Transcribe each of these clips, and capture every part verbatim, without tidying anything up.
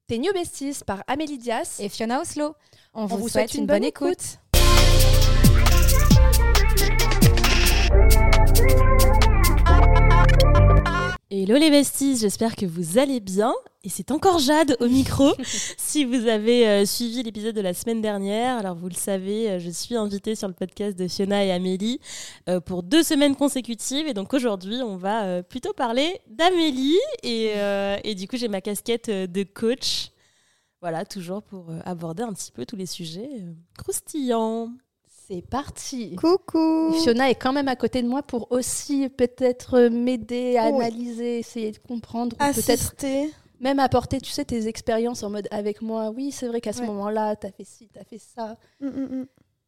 Tes New Besties par Amélie Dias et Fiona Oslo. On, On vous, vous souhaite, souhaite une une bonne bonne écoute. Hello les besties, j'espère que vous allez bien. Et c'est encore Jade au micro. Si vous avez euh, suivi l'épisode de la semaine dernière, alors vous le savez, euh, je suis invitée sur le podcast de Fiona et Amélie euh, pour deux semaines consécutives. Et donc aujourd'hui, on va euh, plutôt parler d'Amélie. Et, euh, et du coup, j'ai ma casquette euh, de coach. Voilà, toujours pour euh, aborder un petit peu tous les sujets euh, croustillants. C'est parti. Coucou. Et Fiona est quand même à côté de moi pour aussi peut-être m'aider à Oui. analyser, essayer de comprendre, ou peut-être Assister. même apporter, tu sais, tes expériences en mode avec moi. Oui, c'est vrai qu'à ce Ouais. moment-là, t'as fait ci, t'as fait ça. Mm, mm, mm.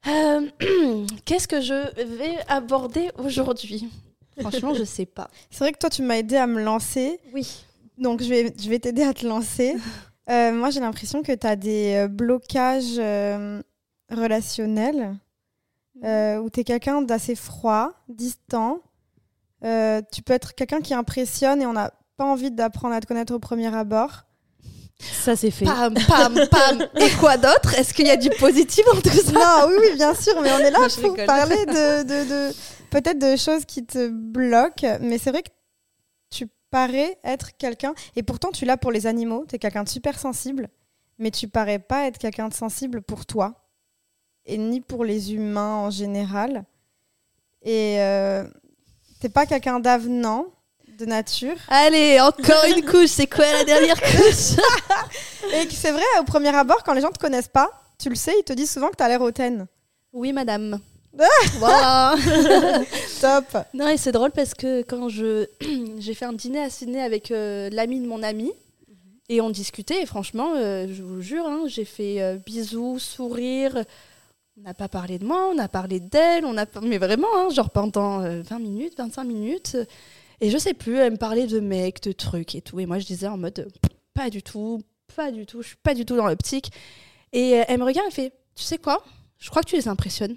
Euh, qu'est-ce que je vais aborder aujourd'hui ? Franchement, je sais pas. C'est vrai que toi, tu m'as aidé à me lancer. Oui. Donc, je vais, je vais t'aider à te lancer. Euh, moi, j'ai l'impression que tu as des euh, blocages euh, relationnels euh, où tu es quelqu'un d'assez froid, distant. Euh, tu peux être quelqu'un qui impressionne et on n'a pas envie d'apprendre à te connaître au premier abord. Ça, c'est fait. Pam, pam, pam. Et quoi d'autre ? Est-ce qu'il y a du positif en tout ça ? Non, oui, oui, bien sûr, mais on est là Non, je pour rigole. parler de, de, de peut-être de choses qui te bloquent. Mais c'est vrai que tu parais être quelqu'un, et pourtant tu l'as pour les animaux, tu es quelqu'un de super sensible, mais tu parais pas être quelqu'un de sensible pour toi, et ni pour les humains en général. Et euh, t'es pas quelqu'un d'avenant de nature. Allez, encore une couche. C'est quoi la dernière couche ? Et que c'est vrai, au premier abord, quand les gens te connaissent pas, tu le sais, ils te disent souvent que t'as l'air hautaine. Oui, madame. Voilà. Top. Non, et c'est drôle parce que quand je j'ai fait un dîner à Sydney avec euh, l'ami de mon ami et on discutait et franchement, euh, je vous jure, hein, j'ai fait euh, bisous, sourire. On n'a pas parlé de moi, on a parlé d'elle, on a mais vraiment, hein, genre pendant euh, vingt minutes, vingt-cinq minutes. Et je sais plus, elle me parlait de mecs, de trucs et tout. Et moi, je disais en mode euh, pas du tout, pas du tout, je suis pas du tout dans l'optique. Et euh, elle me regarde et fait, tu sais quoi ? Je crois que tu les impressionnes.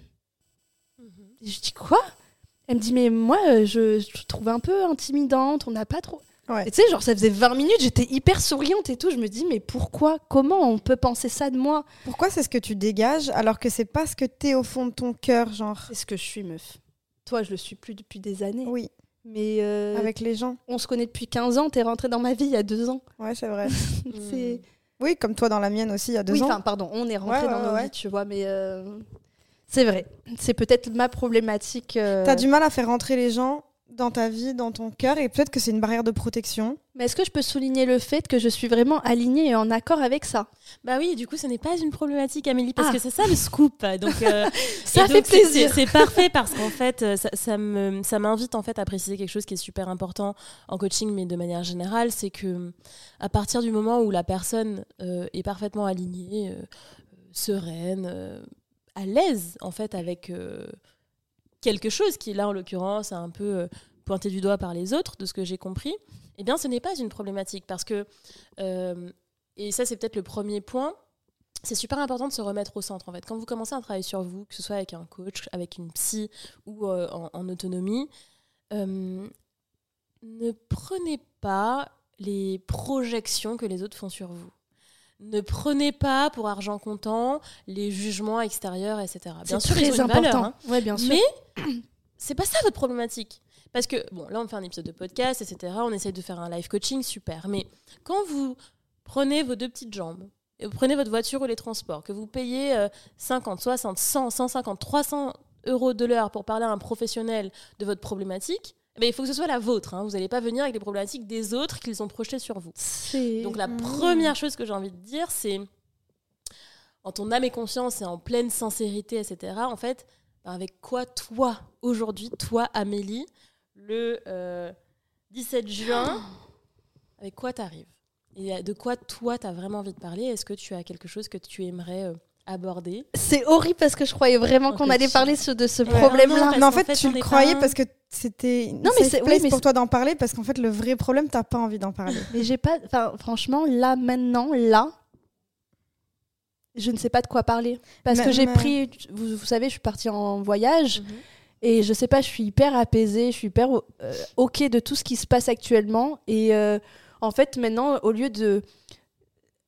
Et je dis quoi ? Elle me dit mais moi euh, je, je te trouve un peu intimidante, on n'a pas trop. Ouais. Et tu sais genre ça faisait vingt minutes, j'étais hyper souriante et tout, je me dis mais pourquoi, comment on peut penser ça de moi ? Pourquoi c'est ce que tu dégages alors que c'est pas ce que t'es au fond de ton cœur, genre? C'est ce que je suis meuf. Toi je le suis plus depuis des années. Oui, Mais euh, avec les gens. on se connaît depuis quinze ans, t'es rentrée dans ma vie il y a deux ans. Ouais, c'est vrai. C'est... Oui, comme toi dans la mienne aussi, il y a deux Oui, ans. enfin pardon, on est rentré Ouais, dans ouais, nos ouais. vies, tu vois, mais euh, c'est vrai. C'est peut-être ma problématique. euh, T'as du mal à faire rentrer les gens dans ta vie, dans ton cœur, et peut-être que c'est une barrière de protection. Mais est-ce que je peux souligner le fait que je suis vraiment alignée et en accord avec ça ? Bah oui, du coup, ce n'est pas une problématique, Amélie, parce Ah. que c'est ça le scoop. Donc, euh, Ça et fait donc, c'est- plaisir. C'est, c'est parfait parce qu'en fait, euh, ça, ça, me, ça m'invite en fait à préciser quelque chose qui est super important en coaching, mais de manière générale, c'est que à partir du moment où la personne euh, est parfaitement alignée, euh, sereine, euh, à l'aise en fait avec euh, quelque chose qui là en l'occurrence est un peu euh, pointé du doigt par les autres, de ce que j'ai compris, eh bien, ce n'est pas une problématique parce que euh, et ça, c'est peut-être le premier point. C'est super important de se remettre au centre, en fait. Quand vous commencez un travail sur vous, que ce soit avec un coach, avec une psy ou euh, en, en autonomie, euh, ne prenez pas les projections que les autres font sur vous. Ne prenez pas pour argent comptant les jugements extérieurs, et cetera. Bien C'est sûr, ils très ont une important. valeur, hein. Ouais, bien sûr. Mais c'est pas ça votre problématique. Parce que, bon, là, on fait un épisode de podcast, et cetera. On essaye de faire un live coaching, super. Mais quand vous prenez vos deux petites jambes, et vous prenez votre voiture ou les transports, que vous payez euh, cinquante, soixante, cent, cent cinquante, trois cents euros de l'heure pour parler à un professionnel de votre problématique, eh bien, il faut que ce soit la vôtre. Hein. Vous n'allez pas venir avec les problématiques des autres qu'ils ont projetées sur vous. C'est... Donc la première chose que j'ai envie de dire, c'est en ton âme et conscience et en pleine sincérité, et cetera. En fait, ben avec quoi toi, aujourd'hui, toi, Amélie, le euh, dix-sept juin, avec quoi t'arrives ? Et de quoi toi, t'as vraiment envie de parler ? Est-ce que tu as quelque chose que tu aimerais euh, aborder ? C'est horrible parce que je croyais vraiment En qu'on fait, allait je- parler ce- de ce Ouais, problème-là. non, parce mais en qu'en fait, fait, tu on le est croyais pas- parce que c'était une Non, mais safe c'est- oui, place mais pour c'est- toi d'en parler, parce qu'en fait, le vrai problème, t'as pas envie d'en parler. Mais j'ai pas... Enfin, franchement, là, maintenant, là, je ne sais pas de quoi parler. Parce que Même, j'ai euh, pris... Vous, vous savez, je suis partie en voyage. Et je sais pas, je suis hyper apaisée, je suis hyper euh, ok de tout ce qui se passe actuellement. Et euh, en fait, maintenant, au lieu de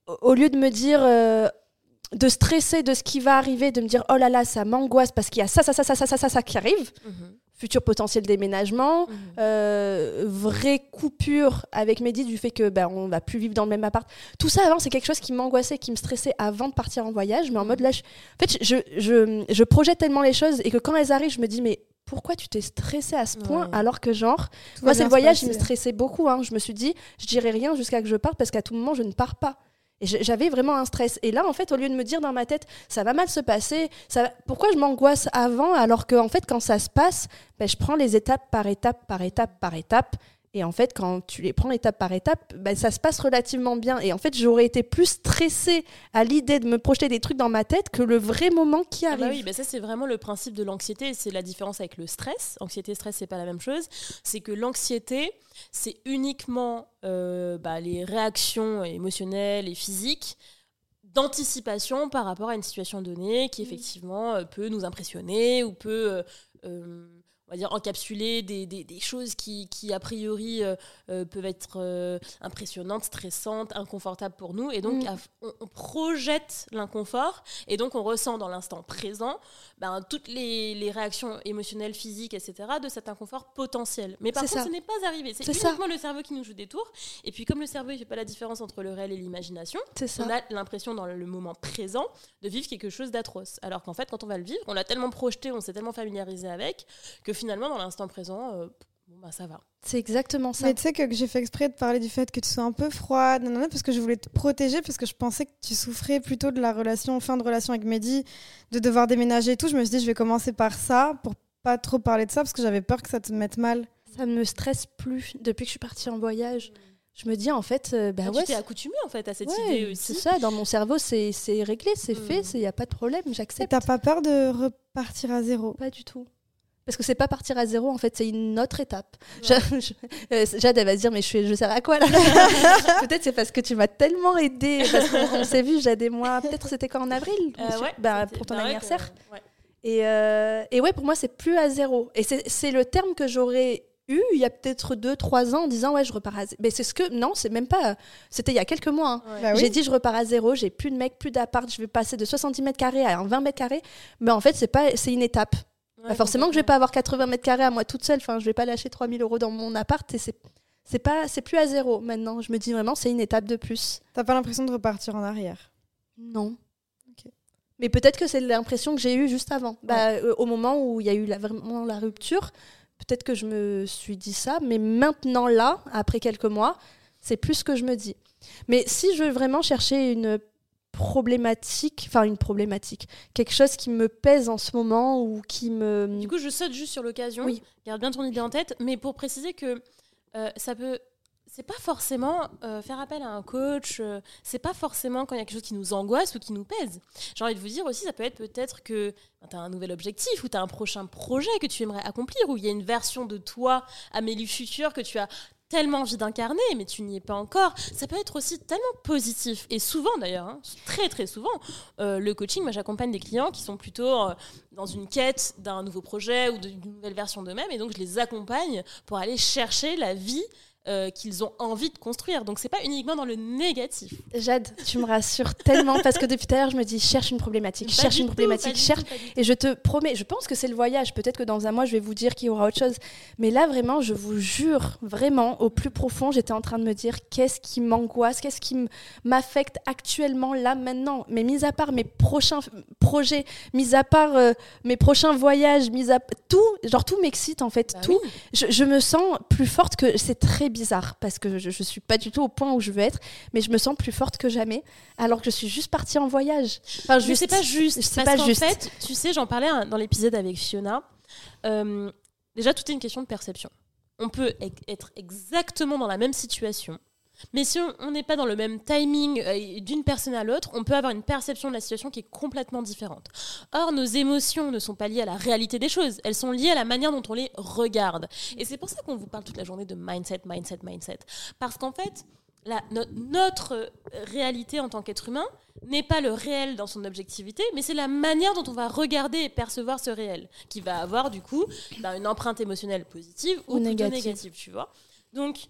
au lieu de me dire, euh, de stresser de ce qui va arriver, de me dire, oh là là, ça m'angoisse parce qu'il y a ça, ça, ça, ça, ça, ça, ça, ça qui arrive. Mm-hmm. Futur potentiel déménagement, mmh. euh, vraie coupure avec Mehdi du fait que bah, on va plus vivre dans le même appart. Tout ça avant, c'est quelque chose qui m'angoissait, qui me stressait avant de partir en voyage. Mais en mode là, je... en fait, je, je, je projette tellement les choses et que quand elles arrivent, je me dis mais pourquoi tu t'es stressée à ce point ouais. alors que genre, tout moi c'est le voyage, il me stressait beaucoup. Hein. Je me suis dit, je dirai rien jusqu'à que je parte parce qu'à tout moment, je ne pars pas. Et j'avais vraiment un stress. Et là, en fait, au lieu de me dire dans ma tête, ça va mal se passer, ça va... pourquoi je m'angoisse avant alors que, en fait, quand ça se passe, ben, je prends les étapes par étape, par étape, par étape. Et en fait, quand tu les prends étape par étape, ben, ça se passe relativement bien. Et en fait, j'aurais été plus stressée à l'idée de me projeter des trucs dans ma tête que le vrai moment qui arrive. Ah bah oui, bah ça, c'est vraiment le principe de l'anxiété. C'est la différence avec le stress. Anxiété, stress, c'est pas la même chose. C'est que l'anxiété, c'est uniquement euh, bah, les réactions émotionnelles et physiques d'anticipation par rapport à une situation donnée qui, effectivement, euh, peut nous impressionner ou peut... Euh, euh, on va dire encapsuler des, des, des choses qui, qui a priori euh, euh, peuvent être euh, impressionnantes, stressantes, inconfortables pour nous, et donc mmh. à, on, on projette l'inconfort et donc on ressent dans l'instant présent ben, toutes les, les réactions émotionnelles, physiques, et cetera de cet inconfort potentiel. Mais par c'est contre, ça. Ce n'est pas arrivé. C'est, c'est uniquement ça. Le cerveau qui nous joue des tours, et puis comme le cerveau ne fait pas la différence entre le réel et l'imagination, on a l'impression dans le moment présent de vivre quelque chose d'atroce. Alors qu'en fait, quand on va le vivre, on l'a tellement projeté, on s'est tellement familiarisé avec que finalement, dans l'instant présent, euh, bon, bah, ça va. C'est exactement ça. Mais tu sais que j'ai fait exprès de parler du fait que tu sois un peu froide, nanana, parce que je voulais te protéger, parce que je pensais que tu souffrais plutôt de la relation, fin de relation avec Mehdi, de devoir déménager et tout. Je me suis dit, je vais commencer par ça, pour pas trop parler de ça, parce que j'avais peur que ça te mette mal. Ça me stresse plus depuis que je suis partie en voyage. Je me dis, en fait, euh, bah ah, ouais, tu t'es accoutumée en fait à cette ouais, idée aussi. C'est ça, dans mon cerveau, c'est, c'est réglé, c'est mmh. fait, il n'y a pas de problème, j'accepte. Et t'as pas peur de repartir à zéro ? Pas du tout. Parce que c'est pas partir à zéro, en fait, c'est une autre étape. Ouais. Je, je, euh, Jade, elle va se dire, mais je, suis, je sers à quoi là ? Peut-être c'est parce que tu m'as tellement aidée, parce qu'on on s'est vu, Jade et moi, peut-être c'était quand en avril euh, ouais, bah, pour ton bah anniversaire. Que, ouais. Et, euh, et ouais, pour moi, c'est plus à zéro. Et c'est, c'est le terme que j'aurais eu il y a peut-être deux trois ans en disant, ouais, je repars à zéro. Mais c'est ce que, non, c'est même pas, c'était il y a quelques mois. Hein. Ouais. Bah oui. J'ai dit, je repars à zéro, j'ai plus de mec, plus d'appart, je vais passer de soixante-dix mètres carrés à vingt mètres carrés. Mais en fait, c'est, pas, c'est une étape. Ouais, bah forcément que je vais pas avoir quatre-vingts mètres carrés à moi toute seule, enfin je vais pas lâcher trois mille euros dans mon appart et c'est c'est pas c'est plus à zéro maintenant. Je me dis vraiment c'est une étape de plus. T'as pas l'impression de repartir en arrière ? Non. Okay. Mais peut-être que c'est l'impression que j'ai eue juste avant. Ouais. Bah, euh, au moment où il y a eu la, vraiment la rupture, peut-être que je me suis dit ça, mais maintenant là, après quelques mois, c'est plus ce que je me dis. Mais si je veux vraiment chercher une problématique, enfin une problématique, quelque chose qui me pèse en ce moment ou qui me... Du coup, je saute juste sur l'occasion, oui. Garde bien ton idée en tête, mais pour préciser que euh, ça peut... C'est pas forcément euh, faire appel à un coach, euh, c'est pas forcément quand il y a quelque chose qui nous angoisse ou qui nous pèse. J'ai envie de vous dire aussi, ça peut être peut-être que ben, tu as un nouvel objectif ou tu as un prochain projet que tu aimerais accomplir, ou il y a une version de toi, Amélie future, que tu as tellement envie d'incarner, mais tu n'y es pas encore. Ça peut être aussi tellement positif. Et souvent, d'ailleurs, hein, très très souvent, euh, le coaching, moi j'accompagne des clients qui sont plutôt euh, dans une quête d'un nouveau projet ou d'une nouvelle version d'eux-mêmes, et donc je les accompagne pour aller chercher la vie Euh, qu'ils ont envie de construire. Donc, c'est pas uniquement dans le négatif. Jade, tu me rassures tellement parce que depuis tout à l'heure, je me dis cherche une problématique, pas cherche une problématique, tout, cherche. Et je te promets, je pense que c'est le voyage. Peut-être que dans un mois, je vais vous dire qu'il y aura autre chose. Mais là, vraiment, je vous jure, vraiment, au plus profond, j'étais en train de me dire qu'est-ce qui m'angoisse, qu'est-ce qui m- m'affecte actuellement, là, maintenant. Mais mis à part mes prochains f- projets, mis à part euh, mes prochains voyages, mis à p- tout, genre tout m'excite en fait. Bah tout. Oui. Je, je me sens plus forte que c'est très bizarre parce que je, je suis pas du tout au point où je veux être, mais je me sens plus forte que jamais alors que je suis juste partie en voyage. Enfin, juste, mais c'est pas juste. C'est parce pas qu'en juste. fait, tu sais, j'en parlais dans l'épisode avec Fiona. Euh, déjà, tout est une question de perception. On peut e- être exactement dans la même situation, mais si on n'est pas dans le même timing euh, d'une personne à l'autre, on peut avoir une perception de la situation qui est complètement différente. Or, nos émotions ne sont pas liées à la réalité des choses. Elles sont liées à la manière dont on les regarde. Et c'est pour ça qu'on vous parle toute la journée de mindset, mindset, mindset. Parce qu'en fait, la, no, notre réalité en tant qu'être humain n'est pas le réel dans son objectivité, mais c'est la manière dont on va regarder et percevoir ce réel qui va avoir, du coup, ben, une empreinte émotionnelle positive ou, ou négative. négative, tu vois. Donc,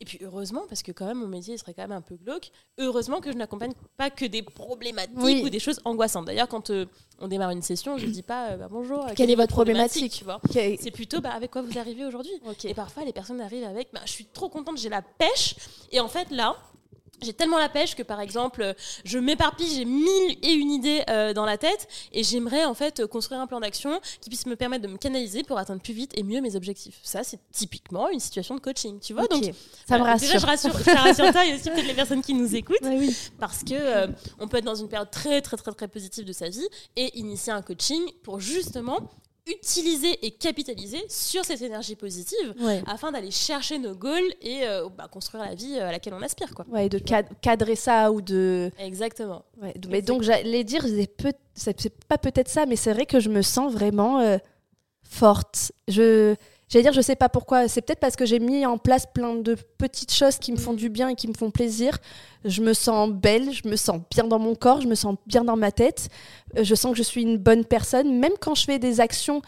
Et puis heureusement, parce que quand même mon métier il serait quand même un peu glauque, heureusement que je n'accompagne pas que des problématiques oui. ou des choses angoissantes. D'ailleurs, quand euh, on démarre une session, je ne dis pas euh, bah, bonjour, quelle, quelle est votre problématique, tu vois. Okay. C'est plutôt bah, avec quoi vous arrivez aujourd'hui. Okay. Et parfois les personnes arrivent avec bah, je suis trop contente, j'ai la pêche. Et en fait là, j'ai tellement la pêche que par exemple je m'éparpille, j'ai mille et une idées euh, dans la tête et j'aimerais en fait construire un plan d'action qui puisse me permettre de me canaliser pour atteindre plus vite et mieux mes objectifs. Ça c'est typiquement une situation de coaching, tu vois. Okay. Donc ça me rassure. Déjà je rassure, ça rassure toi et aussi peut-être les personnes qui nous écoutent ouais, oui. parce que euh, on peut être dans une période très très très très positive de sa vie et initier un coaching pour justement utiliser et capitaliser sur cette énergie positive ouais. afin d'aller chercher nos goals et euh, bah, construire la vie à laquelle on aspire quoi. Ouais, de cad- cadrer ça ou de exactement. Ouais, mais donc j'allais dire c'est, peu... c'est pas peut-être ça mais c'est vrai que je me sens vraiment euh, forte. Je J'allais dire, je sais pas pourquoi. C'est peut-être parce que j'ai mis en place plein de petites choses qui me font du bien et qui me font plaisir. Je me sens belle, je me sens bien dans mon corps, je me sens bien dans ma tête. Je sens que je suis une bonne personne. Même quand je fais des actions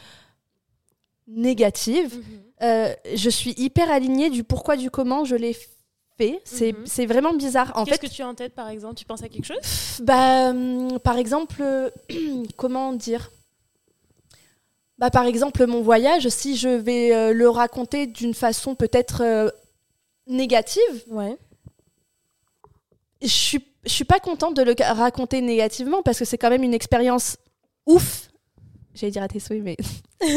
négatives, mm-hmm. euh, je suis hyper alignée du pourquoi, du comment je les fait. C'est, mm-hmm. c'est vraiment bizarre. En Qu'est-ce fait, que tu as en tête, par exemple ? Tu penses à quelque chose ? bah, euh, Par exemple, euh, comment dire ? Bah, par exemple, mon voyage, si je vais euh, le raconter d'une façon peut-être euh, négative, ouais. je suis, je suis pas contente de le raconter négativement parce que c'est quand même une expérience ouf. J'allais dire à tes souhaits, mais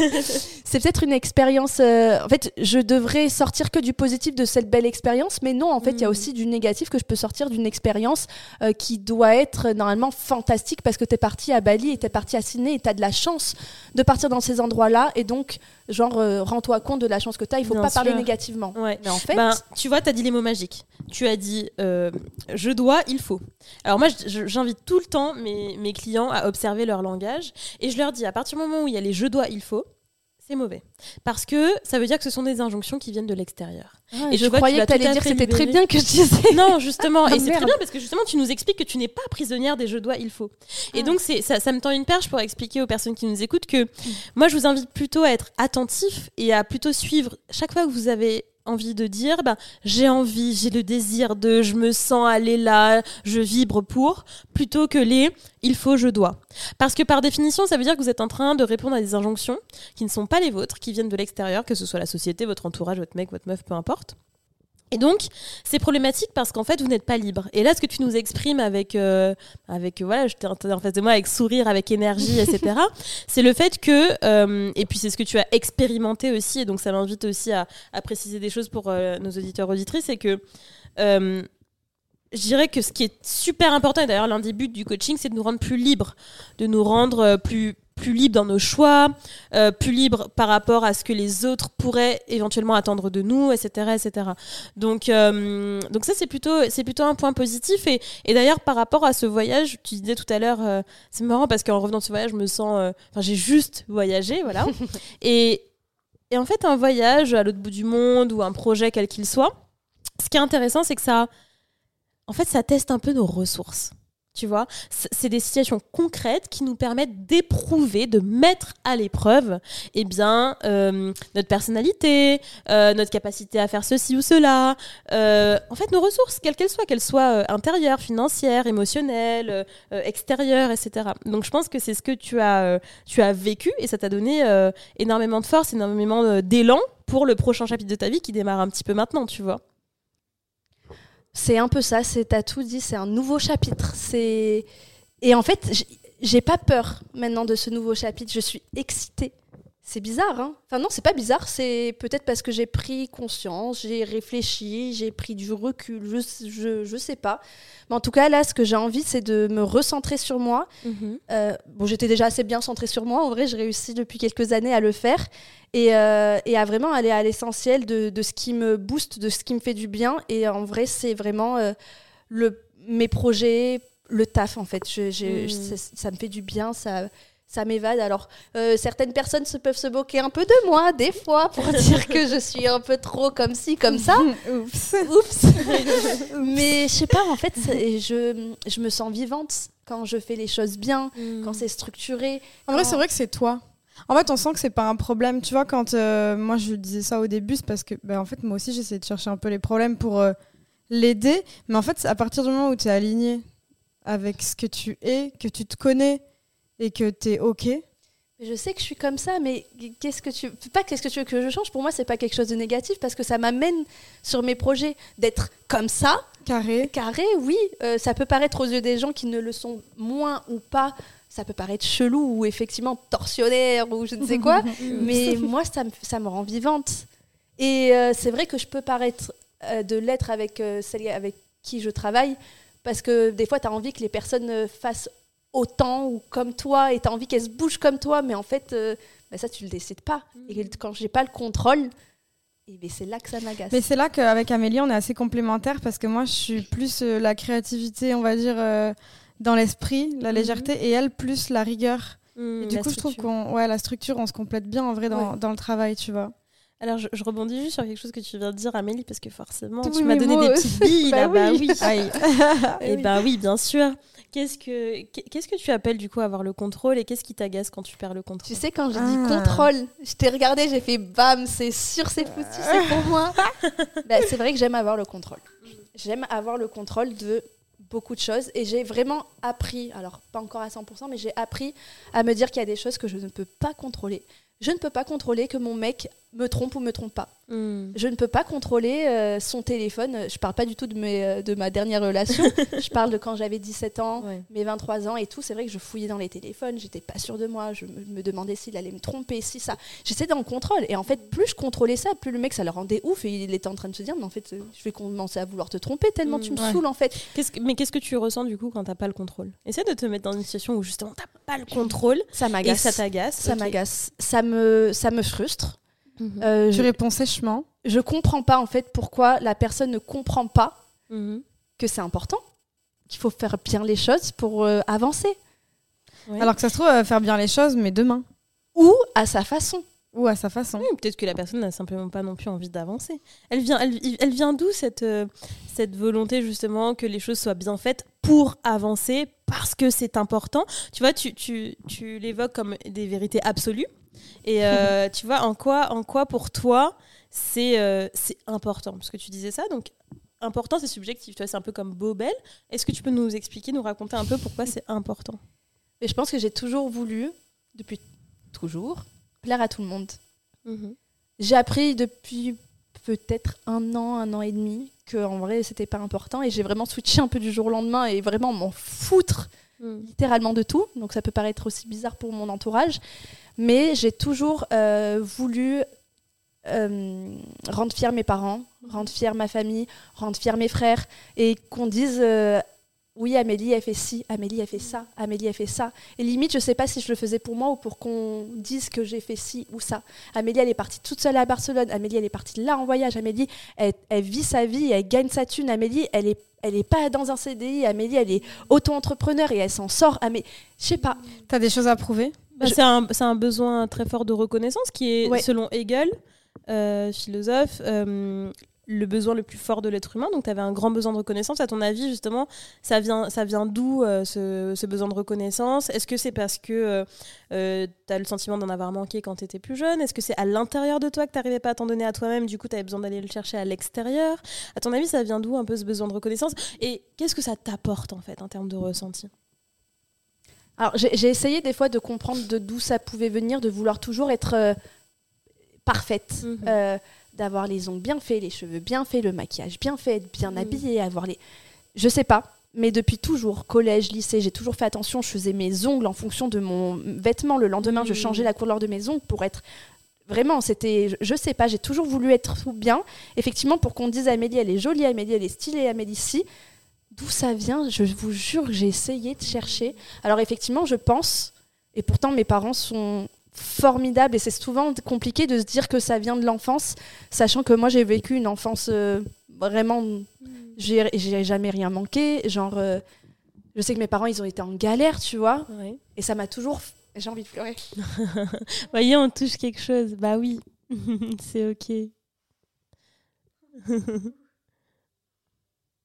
c'est peut-être une expérience... Euh... En fait, je devrais sortir que du positif de cette belle expérience, mais non, en fait, il mmh. y a aussi du négatif que je peux sortir d'une expérience euh, qui doit être normalement fantastique parce que t'es parti à Bali et t'es parti à Sydney et t'as de la chance de partir dans ces endroits-là et donc, genre, euh, rends-toi compte de la chance que t'as, il faut Bien pas sûr. parler négativement. Ouais. Mais en fait... Ben, tu vois, t'as dit les mots magiques. Tu as dit euh, « je dois, il faut ». Alors moi, j'invite tout le temps mes, mes clients à observer leur langage et je leur dis, à partir du moment où il y a les « je dois, il faut », c'est mauvais. Parce que ça veut dire que ce sont des injonctions qui viennent de l'extérieur. Ah, et je vois, croyais que tu allais dire que c'était libéré. Très bien que je disais. Non, justement. Ah, et c'est merde. très bien parce que justement, tu nous expliques que tu n'es pas prisonnière des « je dois, il faut ». Et ah. donc, c'est, ça, ça me tend une perche pour expliquer aux personnes qui nous écoutent que mmh. moi, je vous invite plutôt à être attentif et à plutôt suivre chaque fois que vous avez envie de dire bah, j'ai envie, j'ai le désir de, je me sens aller là, je vibre pour, plutôt que les il faut, je dois. Parce que par définition, ça veut dire que vous êtes en train de répondre à des injonctions qui ne sont pas les vôtres, qui viennent de l'extérieur, que ce soit la société, votre entourage, votre mec, votre meuf, peu importe. Et donc, c'est problématique parce qu'en fait, vous n'êtes pas libre. Et là, ce que tu nous exprimes avec, euh, avec voilà, je t'ai en face de moi avec sourire, avec énergie, et cetera, c'est le fait que, euh, et puis c'est ce que tu as expérimenté aussi, et donc ça m'invite aussi à, à préciser des choses pour euh, nos auditeurs auditrices, c'est que euh, je dirais que ce qui est super important, et d'ailleurs l'un des buts du coaching, c'est de nous rendre plus libres, de nous rendre euh, plus plus libre dans nos choix, euh, plus libre par rapport à ce que les autres pourraient éventuellement attendre de nous, et cetera, et cetera. Donc, euh, donc ça, c'est plutôt, c'est plutôt un point positif. Et, et d'ailleurs, par rapport à ce voyage, tu disais tout à l'heure, euh, c'est marrant parce qu'en revenant de ce voyage, je me sens... Enfin, euh, j'ai juste voyagé, voilà. et, et en fait, un voyage à l'autre bout du monde ou un projet quel qu'il soit, ce qui est intéressant, c'est que ça... En fait, ça teste un peu nos ressources. Tu vois, c'est des situations concrètes qui nous permettent d'éprouver, de mettre à l'épreuve eh bien, euh, notre personnalité, euh, notre capacité à faire ceci ou cela. Euh, en fait, nos ressources, quelles qu'elles soient, qu'elles soient euh, intérieures, financières, émotionnelles, euh, extérieures, et cetera. Donc, je pense que c'est ce que tu as, euh, tu as vécu et ça t'a donné euh, énormément de force, énormément euh, d'élan pour le prochain chapitre de ta vie qui démarre un petit peu maintenant, tu vois. C'est un peu ça, c'est, t'as tout dit, c'est un nouveau chapitre. C'est... Et en fait, j'ai pas peur maintenant de ce nouveau chapitre, je suis excitée. C'est bizarre, hein ? Enfin non, c'est pas bizarre, c'est peut-être parce que j'ai pris conscience, j'ai réfléchi, j'ai pris du recul, je, je, je sais pas. Mais en tout cas, là, ce que j'ai envie, c'est de me recentrer sur moi. Mm-hmm. Euh, bon, j'étais déjà assez bien centrée sur moi, en vrai, j'ai réussi depuis quelques années à le faire. Et, euh, et à vraiment aller à l'essentiel de, de ce qui me booste, de ce qui me fait du bien. Et en vrai, c'est vraiment euh, le, mes projets, le taf, en fait. Je, je, mm. je, ça, ça me fait du bien, ça... ça m'évade. Alors, euh, certaines personnes se peuvent se moquer un peu de moi, des fois, pour dire que je suis un peu trop comme ci, comme ça. Oups. Oups. Mais je sais pas, en fait, je, je me sens vivante quand je fais les choses bien, mmh. quand c'est structuré. En quand... vrai, c'est vrai que c'est toi. En fait, on sent que c'est pas un problème. Tu vois, quand euh, moi je disais ça au début, c'est parce que ben, en fait, moi aussi, j'essayais de chercher un peu les problèmes pour euh, l'aider. Mais en fait, c'est à partir du moment où tu es aligné avec ce que tu es, que tu te connais et que tu es OK. Je sais que je suis comme ça, mais qu'est-ce que tu pas qu'est-ce que tu veux que je change? Pour moi, c'est pas quelque chose de négatif parce que ça m'amène sur mes projets d'être comme ça. Carré. Carré, oui. Euh, ça peut paraître aux yeux des gens qui ne le sont moins ou pas. Ça peut paraître chelou ou effectivement torsionnaire ou je ne sais quoi. Mais moi, ça me, ça me rend vivante. Et euh, c'est vrai que je peux paraître euh, de l'être avec euh, celle avec qui je travaille parce que des fois, tu as envie que les personnes fassent autant ou comme toi et tu as envie qu'elles se bougent comme toi. Mais en fait, euh, bah ça, tu le décides pas. Et quand j'ai pas le contrôle, et bien c'est là que ça m'agace. Mais c'est là qu'avec Amélie, on est assez complémentaires parce que moi, je suis plus euh, la créativité, on va dire, euh, dans l'esprit, la légèreté, mm-hmm. et elle, plus la rigueur. Mmh, et du coup, structure. je trouve qu'on, ouais, la structure, on se complète bien en vrai dans, ouais. dans le travail, tu vois. Alors, je, je rebondis juste sur quelque chose que tu viens de dire, Amélie, parce que forcément, Tous tu m'as donné des petites billes. bah, là, oui. bah oui. Et oui. bah oui, bien sûr. Qu'est-ce que, qu'est-ce que tu appelles du coup avoir le contrôle et qu'est-ce qui t'agace quand tu perds le contrôle? Tu sais, quand j'ai ah. dit contrôle, je t'ai regardé, j'ai fait bam, c'est sûr, c'est foutu, c'est pour moi. bah, c'est vrai que j'aime avoir le contrôle. J'aime avoir le contrôle de beaucoup de choses et j'ai vraiment appris, alors pas encore à cent pour cent, mais j'ai appris à me dire qu'il y a des choses que je ne peux pas contrôler. Je ne peux pas contrôler que mon mec me trompe ou me trompe pas. Mm. Je ne peux pas contrôler euh, son téléphone. Je parle pas du tout de, mes, de ma dernière relation. Je parle de quand j'avais dix-sept ans, ouais. mes vingt-trois ans et tout. C'est vrai que je fouillais dans les téléphones. J'étais pas sûre de moi. Je me, me demandais s'il allait me tromper, si ça. J'étais dans le contrôle. Et en fait, plus je contrôlais ça, plus le mec, ça le rendait ouf. Et il était en train de se dire, mais en fait, je vais commencer à vouloir te tromper tellement mm. tu me ouais. saoules, en fait. Qu'est-ce que, mais qu'est-ce que tu ressens, du coup, quand t'as pas le contrôle? Essaie de te mettre dans une situation où, justement, t'as pas le contrôle. Ça m'agace. Et ça t'agace. Ça okay. m'agace. Ça me, ça me frustre. Mmh. Euh, tu je, réponds sèchement. Je comprends pas en fait pourquoi la personne ne comprend pas mmh. que c'est important, qu'il faut faire bien les choses pour euh, avancer. Ouais. Alors que ça se trouve, euh, faire bien les choses, mais demain. Ou à sa façon. Ou à sa façon. Oui, peut-être que la personne n'a simplement pas non plus envie d'avancer. Elle vient, elle, elle vient d'où cette, euh, cette volonté justement que les choses soient bien faites pour avancer, parce que c'est important. Tu vois, tu, tu, tu l'évoques comme des vérités absolues. Et euh, tu vois, en quoi, en quoi pour toi, c'est, euh, c'est important? Parce que tu disais ça, donc important, c'est subjectif. Tu vois, c'est un peu comme beau, belle. Est-ce que tu peux nous expliquer, nous raconter un peu pourquoi c'est important? Et je pense que j'ai toujours voulu, depuis toujours, plaire à tout le monde. Mm-hmm. J'ai appris depuis peut-être un an, un an et demi, qu'en vrai, c'était pas important. Et j'ai vraiment switché un peu du jour au lendemain et vraiment m'en foutre mm. littéralement de tout. Donc ça peut paraître aussi bizarre pour mon entourage. Mais j'ai toujours euh, voulu euh, rendre fiers mes parents, rendre fiers ma famille, rendre fiers mes frères. Et qu'on dise, euh, oui, Amélie, elle fait ci, Amélie, elle fait ça, Amélie, elle fait ça. Et limite, je ne sais pas si je le faisais pour moi ou pour qu'on dise que j'ai fait ci ou ça. Amélie, elle est partie toute seule à Barcelone. Amélie, elle est partie là en voyage. Amélie, elle, elle vit sa vie, elle gagne sa thune. Amélie, elle est Elle n'est pas dans un C D I. Amélie, elle est auto-entrepreneur et elle s'en sort. Ah, mais je sais pas. Tu as des choses à prouver? Bah, je... c'est, un, c'est un besoin très fort de reconnaissance qui est, ouais. selon Hegel, euh, philosophe, euh, le besoin le plus fort de l'être humain. Donc, tu avais un grand besoin de reconnaissance. À ton avis, justement, ça vient, ça vient d'où euh, ce, ce besoin de reconnaissance? Est-ce que c'est parce que euh, tu as le sentiment d'en avoir manqué quand tu étais plus jeune? Est-ce que c'est à l'intérieur de toi que tu n'arrivais pas à t'en donner à toi-même? Du coup, tu avais besoin d'aller le chercher à l'extérieur? À ton avis, ça vient d'où un peu ce besoin de reconnaissance? Et qu'est-ce que ça t'apporte, en fait, en termes de ressenti? Alors, j'ai, j'ai essayé des fois de comprendre de d'où ça pouvait venir, de vouloir toujours être euh, parfaite, mmh. euh, d'avoir les ongles bien faits, les cheveux bien faits, le maquillage bien fait, être bien mmh. habillée, avoir les... Je sais pas, mais depuis toujours, collège, lycée, j'ai toujours fait attention, je faisais mes ongles en fonction de mon vêtement. Le lendemain, mmh. je changeais la couleur de mes ongles pour être... Vraiment, c'était... Je sais pas, j'ai toujours voulu être bien. Effectivement, pour qu'on dise Amélie, elle est jolie, Amélie, elle est stylée, Amélie, si... D'où ça vient? Je vous jure que j'ai essayé de chercher. Alors effectivement, je pense, et pourtant mes parents sont formidables, et c'est souvent compliqué de se dire que ça vient de l'enfance, sachant que moi j'ai vécu une enfance euh, vraiment... J'ai, j'ai jamais rien manqué, genre... Euh, je sais que mes parents, ils ont été en galère, tu vois, oui. Et ça m'a toujours... J'ai envie de pleurer. Voyez, on touche quelque chose. Bah oui, c'est ok.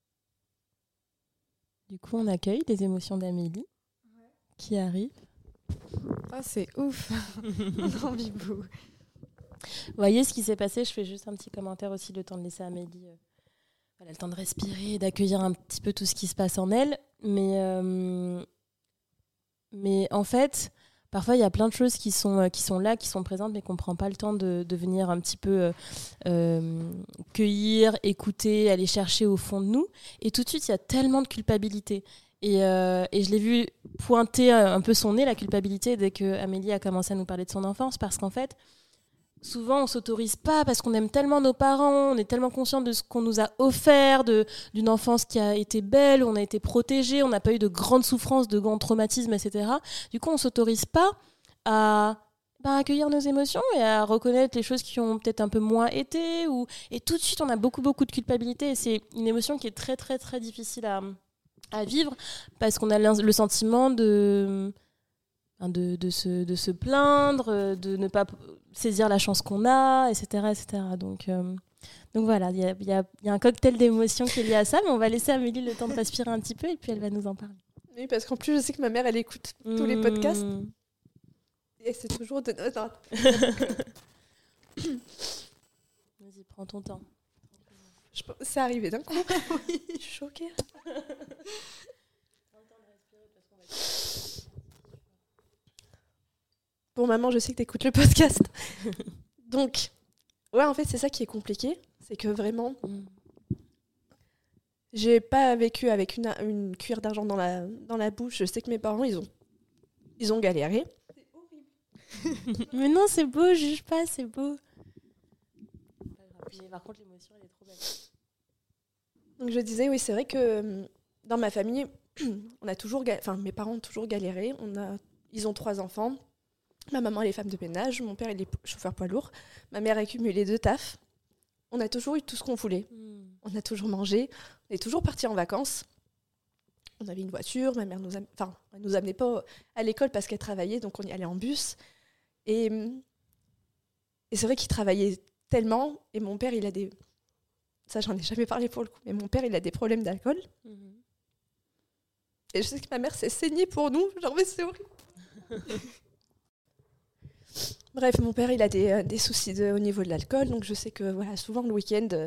Du coup, on accueille des émotions d'Amélie ouais. qui arrivent. Ah, c'est ouf. Non, Bibou. Vous voyez ce qui s'est passé, je fais juste un petit commentaire aussi, le temps de laisser Amélie euh, voilà, le temps de respirer, d'accueillir un petit peu tout ce qui se passe en elle. Mais, euh, mais en fait, parfois il y a plein de choses qui sont, euh, qui sont là, qui sont présentes, mais qu'on ne prend pas le temps de, de venir un petit peu euh, euh, cueillir, écouter, aller chercher au fond de nous. Et tout de suite, il y a tellement de culpabilité. Et, euh, et je l'ai vu pointer un peu son nez, la culpabilité, dès que Amélie a commencé à nous parler de son enfance, parce qu'en fait, souvent, on ne s'autorise pas parce qu'on aime tellement nos parents, on est tellement conscient de ce qu'on nous a offert, de, d'une enfance qui a été belle, où on a été protégé, on n'a pas eu de grandes souffrances, de grands traumatismes, et cetera. Du coup, on ne s'autorise pas à bah, accueillir nos émotions et à reconnaître les choses qui ont peut-être un peu moins été. Ou... Et tout de suite, on a beaucoup, beaucoup de culpabilité. Et c'est une émotion qui est très, très, très difficile à, à vivre parce qu'on a le sentiment de... De, de, se, de se plaindre, de ne pas saisir la chance qu'on a, et cetera et cetera. Donc, euh, donc voilà, il y a, y, a, y a un cocktail d'émotions qui est lié à ça, mais on va laisser Amélie le temps de respirer un petit peu et puis elle va nous en parler. Oui, parce qu'en plus, je sais que ma mère, elle écoute mmh. tous les podcasts. Et c'est toujours de notre... Vas-y, prends ton temps. Je... C'est arrivé d'un coup. Oui, je suis choquée. Bon, maman, je sais que tu écoutes le podcast. Donc, ouais, en fait, c'est ça qui est compliqué. C'est que vraiment, mm. j'ai pas vécu avec une, une cuillère d'argent dans la, dans la bouche. Je sais que mes parents, ils ont, ils ont galéré. C'est horrible. Mais non, c'est beau, je juge pas, c'est beau. Mais par contre, l'émotion, elle est trop belle. Donc, je disais, oui, c'est vrai que dans ma famille, on a toujours, ga- enfin, mes parents ont toujours galéré. On a, ils ont trois enfants. Ma maman, elle est femme de ménage, mon père, il est chauffeur poids lourd. Ma mère a cumulé deux tafs. On a toujours eu tout ce qu'on voulait. Mmh. On a toujours mangé. On est toujours partis en vacances. On avait une voiture. Ma mère nous, am... enfin, elle nous amenait pas à l'école parce qu'elle travaillait, donc on y allait en bus. Et, et c'est vrai qu'il travaillait tellement. Et mon père, il a des... Ça, j'en ai jamais parlé pour le coup. Mais mon père, il a des problèmes d'alcool. Mmh. Et je sais que ma mère s'est saignée pour nous. Genre, mais c'est horrible. Bref, mon père, il a des, euh, des soucis de, au niveau de l'alcool, donc je sais que voilà, souvent le week-end, euh,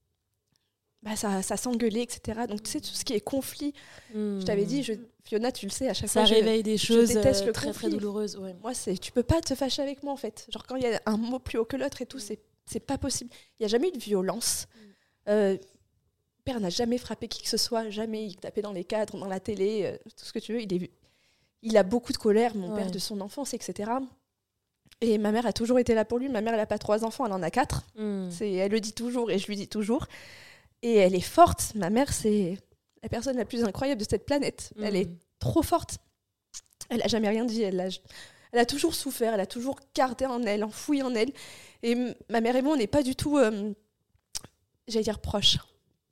bah, ça, ça s'engueulait, et cetera. Donc tu sais, tout ce qui est conflit, mmh. je t'avais dit, je, Fiona, tu le sais, à chaque ça fois, ça réveille je, des choses je déteste le très, conflit. très douloureuses. Ouais. Moi, c'est, tu peux pas te fâcher avec moi, en fait. Genre quand il y a un mot plus haut que l'autre et tout, c'est, c'est pas possible. Il n'y a jamais eu de violence. Mmh. Euh, père n'a jamais frappé qui que ce soit, jamais. Il tapait dans les cadres, dans la télé, euh, tout ce que tu veux. Il, est, il a beaucoup de colère, mon ouais. père, de son enfance, et cetera. Et ma mère a toujours été là pour lui. Ma mère, elle n'a pas trois enfants, elle en a quatre. Mmh. C'est, elle le dit toujours et je lui dis toujours. Et elle est forte. Ma mère, c'est la personne la plus incroyable de cette planète. Mmh. Elle est trop forte. Elle n'a jamais rien dit. Elle a, elle a toujours souffert. Elle a toujours gardé en elle, enfoui en elle. Et m- ma mère et moi, on n'est pas du tout, euh, j'allais dire, proches.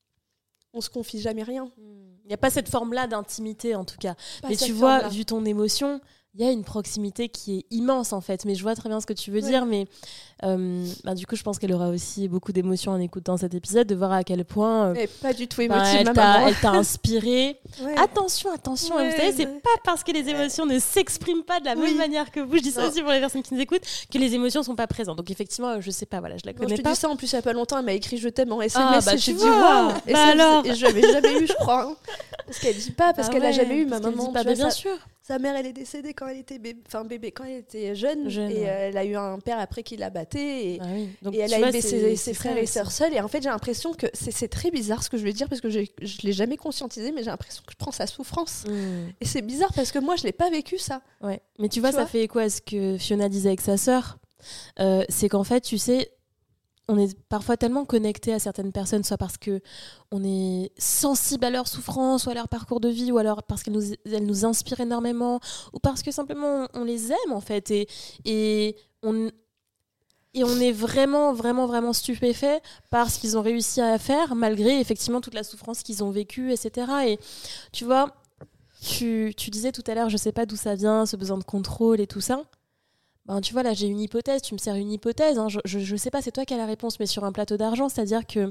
On se confie jamais rien. Il n'y a pas cette forme-là d'intimité, en tout cas. Pas Mais tu vois, forme-là. Vu ton émotion... Il y a une proximité qui est immense en fait, mais je vois très bien ce que tu veux ouais. dire, mais euh, bah, du coup je pense qu'elle aura aussi beaucoup d'émotions en écoutant cet épisode, de voir à quel point euh, pas du tout émotive, bah, elle, ma t'a, maman. elle t'a inspiré. Ouais. Attention, attention, ouais, vous savez, c'est ouais. pas parce que les émotions ne s'expriment pas de la oui. même manière que vous, je dis ça non. aussi pour les personnes qui nous écoutent, que les émotions sont pas présentes. Donc effectivement, je sais pas, voilà, je la connais non, je te pas. dis ça en plus il y a pas longtemps, elle m'a écrit je t'aime en S M S, ah, bah, et j'ai dit waouh, bah, et, bah alors. Et je l'avais jamais eu, je crois, hein. Parce qu'elle dit pas, parce bah, qu'elle ouais, a jamais eu ma maman. Pas, bien sûr. Sa mère, elle est décédée quand elle était bébé, enfin bébé quand elle était jeune, jeune et ouais. euh, elle a eu un père après qui l'a batté, et, ah oui. Donc, et elle a vois, élevé c'est, ses, c'est ses frères et sœurs seuls. Et en fait, j'ai l'impression que c'est, c'est très bizarre ce que je vais dire parce que je, je l'ai jamais conscientisé, mais j'ai l'impression que je prends sa souffrance. Mmh. Et c'est bizarre parce que moi, je l'ai pas vécu ça. Ouais. Mais tu vois, tu ça vois fait écho à ce que Fiona disait avec sa sœur. Euh, c'est qu'en fait, tu sais. On est parfois tellement connecté à certaines personnes, soit parce que on est sensible à leur souffrance, ou à leur parcours de vie, ou alors parce qu'elles nous, elles nous inspirent énormément, ou parce que simplement on, on les aime en fait, et, et, on, et on est vraiment, vraiment, vraiment stupéfait par ce qu'ils ont réussi à faire, malgré effectivement toute la souffrance qu'ils ont vécue, et cetera. Et tu vois, tu, tu disais tout à l'heure, je sais pas d'où ça vient, ce besoin de contrôle et tout ça. Ben, tu vois, là, j'ai une hypothèse, tu me sers une hypothèse. Hein, je, je, je sais pas, c'est toi qui as la réponse, mais sur un plateau d'argent, c'est-à-dire que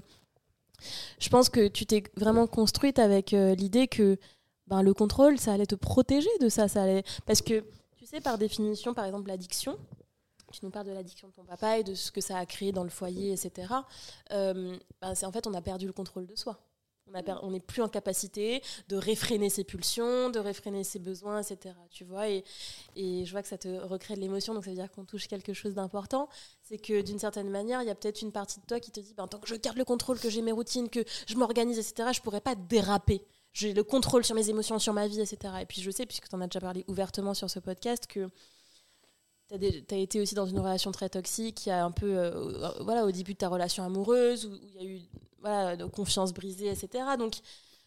je pense que tu t'es vraiment construite avec euh, l'idée que ben, le contrôle, ça allait te protéger de ça. ça allait... Parce que, tu tu sais, par définition, par exemple, l'addiction, tu nous parles de l'addiction de ton papa et de ce que ça a créé dans le foyer, et cetera. Euh, ben c'est en fait, on a perdu le contrôle de soi. On a per- on n'est plus en capacité de réfréner ses pulsions, de réfréner ses besoins, et cetera. Tu vois, et, et je vois que ça te recrée de l'émotion, donc ça veut dire qu'on touche quelque chose d'important. C'est que d'une certaine manière, il y a peut-être une partie de toi qui te dit ben, tant que je garde le contrôle, que j'ai mes routines, que je m'organise, et cetera, je ne pourrais pas déraper. J'ai le contrôle sur mes émotions, sur ma vie, et cetera. Et puis je sais, puisque tu en as déjà parlé ouvertement sur ce podcast, que tu as été aussi dans une relation très toxique, qui a un peu, euh, voilà, au début de ta relation amoureuse, où il y a eu voilà, de confiance brisée, et cetera. Donc,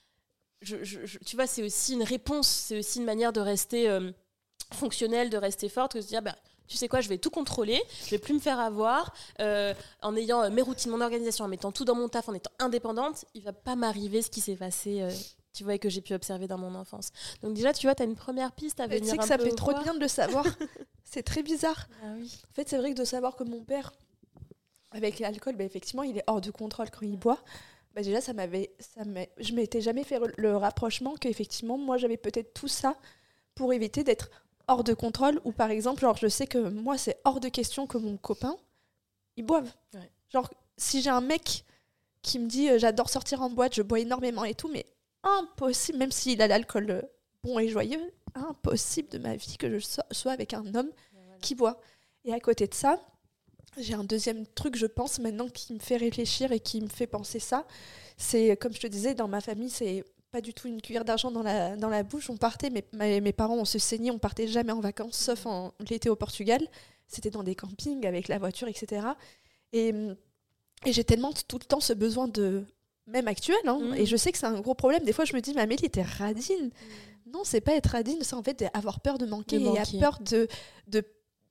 je, je, je, tu vois, c'est aussi une réponse, c'est aussi une manière de rester euh, fonctionnelle, de rester forte, que de se dire, bah, tu sais quoi, je vais tout contrôler, je vais plus me faire avoir, euh, en ayant euh, mes routines, mon organisation, en mettant tout dans mon taf, en étant indépendante, il va pas m'arriver ce qui s'est passé, euh, tu vois, et que j'ai pu observer dans mon enfance. Donc déjà, tu vois, tu as une première piste à venir. Tu sais que un ça peu fait trop voir. de bien de le savoir. C'est très bizarre. Ah oui. En fait, c'est vrai que de savoir que mon père, avec l'alcool, bah, effectivement, il est hors de contrôle quand il boit. Bah, déjà, ça m'avait, ça m'avait, je m'étais jamais fait le rapprochement qu'effectivement, moi, j'avais peut-être tout ça pour éviter d'être hors de contrôle. Ou par exemple, genre, je sais que moi, c'est hors de question que mon copain, il boive. Ouais. Genre, si j'ai un mec qui me dit euh, j'adore sortir en boîte, je bois énormément et tout, mais impossible, même s'il a l'alcool euh, bon et joyeux, impossible de ma vie que je so- sois avec un homme voilà. qui boit. Et à côté de ça, j'ai un deuxième truc, je pense, maintenant, qui me fait réfléchir et qui me fait penser ça. C'est, comme je te disais, dans ma famille, c'est pas du tout une cuillère d'argent dans la, dans la bouche. On partait, mes, mes, mes parents, on se saignait, on partait jamais en vacances, sauf en l'été au Portugal. C'était dans des campings, avec la voiture, et cetera. Et, et j'ai tellement tout le temps ce besoin de... Même actuel, hein, mmh. et je sais que c'est un gros problème. Des fois, je me dis, mais Amélie, t'es radine. Mmh. Non, c'est pas être radine, c'est en fait avoir peur de manquer, de manquer. Et peur de, de, de,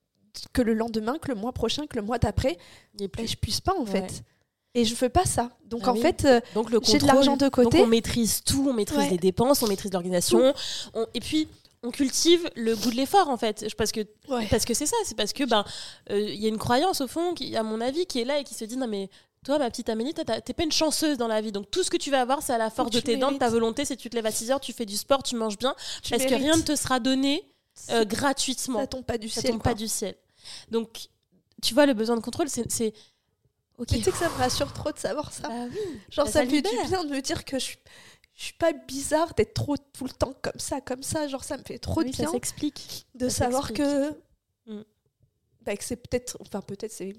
que le lendemain, que le mois prochain, que le mois d'après, ben, je puisse pas, en ouais. fait. Et je veux pas ça. Donc, ah en oui. fait, euh, donc, le contrôle, j'ai de l'argent de côté. Donc, on maîtrise tout, on maîtrise ouais. les dépenses, on maîtrise l'organisation. On, et puis... on cultive le goût de l'effort, en fait. Parce que, ouais. parce que c'est ça. C'est parce que, ben, euh, y a une croyance, au fond, qui, à mon avis, qui est là et qui se dit, non, mais toi, ma petite Amélie, t'es pas une chanceuse dans la vie. Donc, tout ce que tu vas avoir, c'est à la force de tes dents, de ta volonté. C'est que tu te lèves à six heures, tu fais du sport, tu manges bien. Tu parce mérites. Que rien ne te sera donné euh, gratuitement. Ça tombe pas du ça ciel. Ça tombe quoi. pas du ciel. Donc, tu vois, le besoin de contrôle, c'est... c'est... Okay. Mais tu sais que ça me rassure trop de savoir ça. Bah oui. Genre, bah, ça, ça me fait du bien de me dire que je suis... Je suis pas bizarre d'être trop tout le temps comme ça, comme ça. Genre, ça me fait trop oui, de bien. Ça s'explique. De ça savoir s'explique. que... Mm. Bah, que c'est peut-être... Enfin, peut-être c'est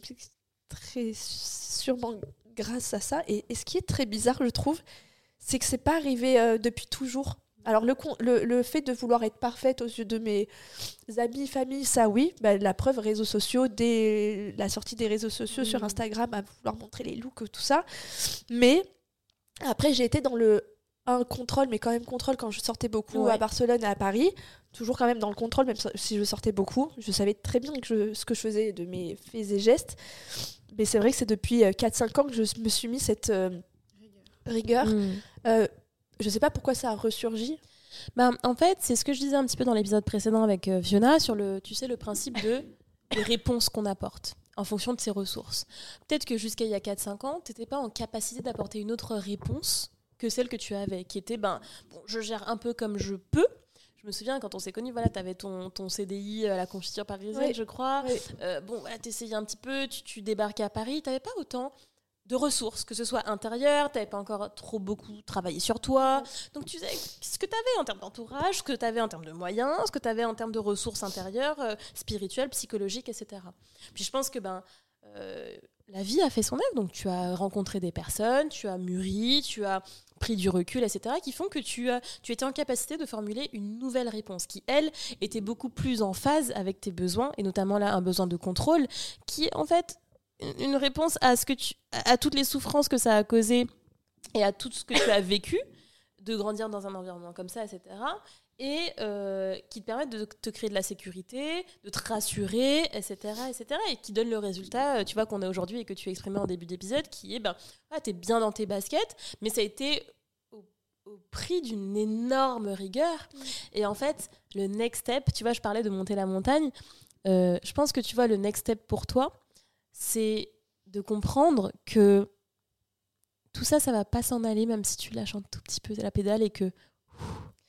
très sûrement grâce à ça. Et, et ce qui est très bizarre, je trouve, c'est que c'est pas arrivé euh, depuis toujours. Alors, le, le, le fait de vouloir être parfaite aux yeux de mes amis, famille, ça, oui. Bah, la preuve, réseaux sociaux, dès la sortie des réseaux sociaux mmh. sur Instagram, à vouloir montrer les looks, tout ça. Mais après, j'ai été dans le... un contrôle, mais quand même contrôle quand je sortais beaucoup ouais. à Barcelone et à Paris. Toujours quand même dans le contrôle, même si je sortais beaucoup. Je savais très bien que je, ce que je faisais de mes faits et gestes. Mais c'est vrai que c'est depuis quatre cinq ans que je me suis mis cette euh, rigueur. rigueur. Mmh. Euh, je sais pas pourquoi ça a ressurgi. Bah, en fait, c'est ce que je disais un petit peu dans l'épisode précédent avec euh, Fiona sur le, tu sais, le principe de les réponses qu'on apporte en fonction de ses ressources. Peut-être que jusqu'à il y a quatre cinq ans, tu n'étais pas en capacité d'apporter une autre réponse que celle que tu avais, qui était, ben, bon, je gère un peu comme je peux. Je me souviens, quand on s'est connus, voilà, tu avais ton, ton C D I à la confiture parisienne, oui. je crois. Oui. Euh, bon, voilà, tu essayais un petit peu, tu, tu débarquais à Paris, tu n'avais pas autant de ressources, que ce soit intérieures, tu n'avais pas encore trop beaucoup travaillé sur toi. Donc, tu sais ce que tu avais en termes d'entourage, ce que tu avais en termes de moyens, ce que tu avais en termes de ressources intérieures, euh, spirituelles, psychologiques, et cetera. Puis, je pense que, ben... Euh, la vie a fait son œuvre, donc tu as rencontré des personnes, tu as mûri, tu as pris du recul, et cetera, qui font que tu, as, tu étais en capacité de formuler une nouvelle réponse qui, elle, était beaucoup plus en phase avec tes besoins, et notamment là, un besoin de contrôle, qui est en fait une réponse à, ce que tu, à toutes les souffrances que ça a causées et à tout ce que tu as vécu, de grandir dans un environnement comme ça, et cetera, et euh, qui te permettent de te créer de la sécurité, de te rassurer, et cetera, et cetera, et qui donne le résultat, tu vois, qu'on a aujourd'hui et que tu as exprimé en début d'épisode, qui est, ben, ah, t'es bien dans tes baskets, mais ça a été au, au prix d'une énorme rigueur. Mmh. Et en fait, le next step, tu vois, je parlais de monter la montagne, euh, je pense que, tu vois, le next step pour toi, c'est de comprendre que tout ça, ça va pas s'en aller, même si tu lâches un tout petit peu la pédale et que...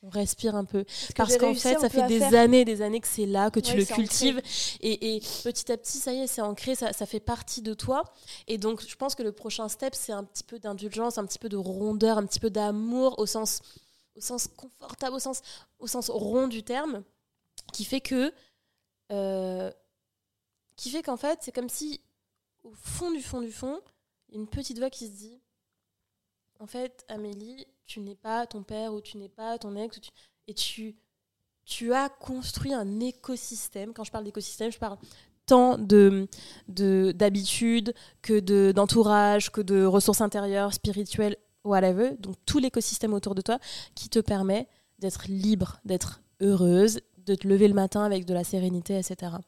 on respire un peu. Parce, Parce qu'en fait, ça fait des faire. années, des années que c'est là, que tu ouais, le cultives. Et, et petit à petit, ça y est, c'est ancré, ça, ça fait partie de toi. Et donc, je pense que le prochain step, c'est un petit peu d'indulgence, un petit peu de rondeur, un petit peu d'amour au sens, au sens confortable, au sens, au sens rond du terme, qui fait que, euh, qui fait qu'en fait, c'est comme si, au fond du fond du fond, il y a une petite voix qui se dit, en fait, Amélie, tu n'es pas ton père ou tu n'es pas ton ex, tu... et tu, tu as construit un écosystème. Quand je parle d'écosystème, je parle tant de, de, d'habitudes que de, d'entourage, que de ressources intérieures, spirituelles, whatever. Donc tout l'écosystème autour de toi qui te permet d'être libre, d'être heureuse, de te lever le matin avec de la sérénité, et cetera.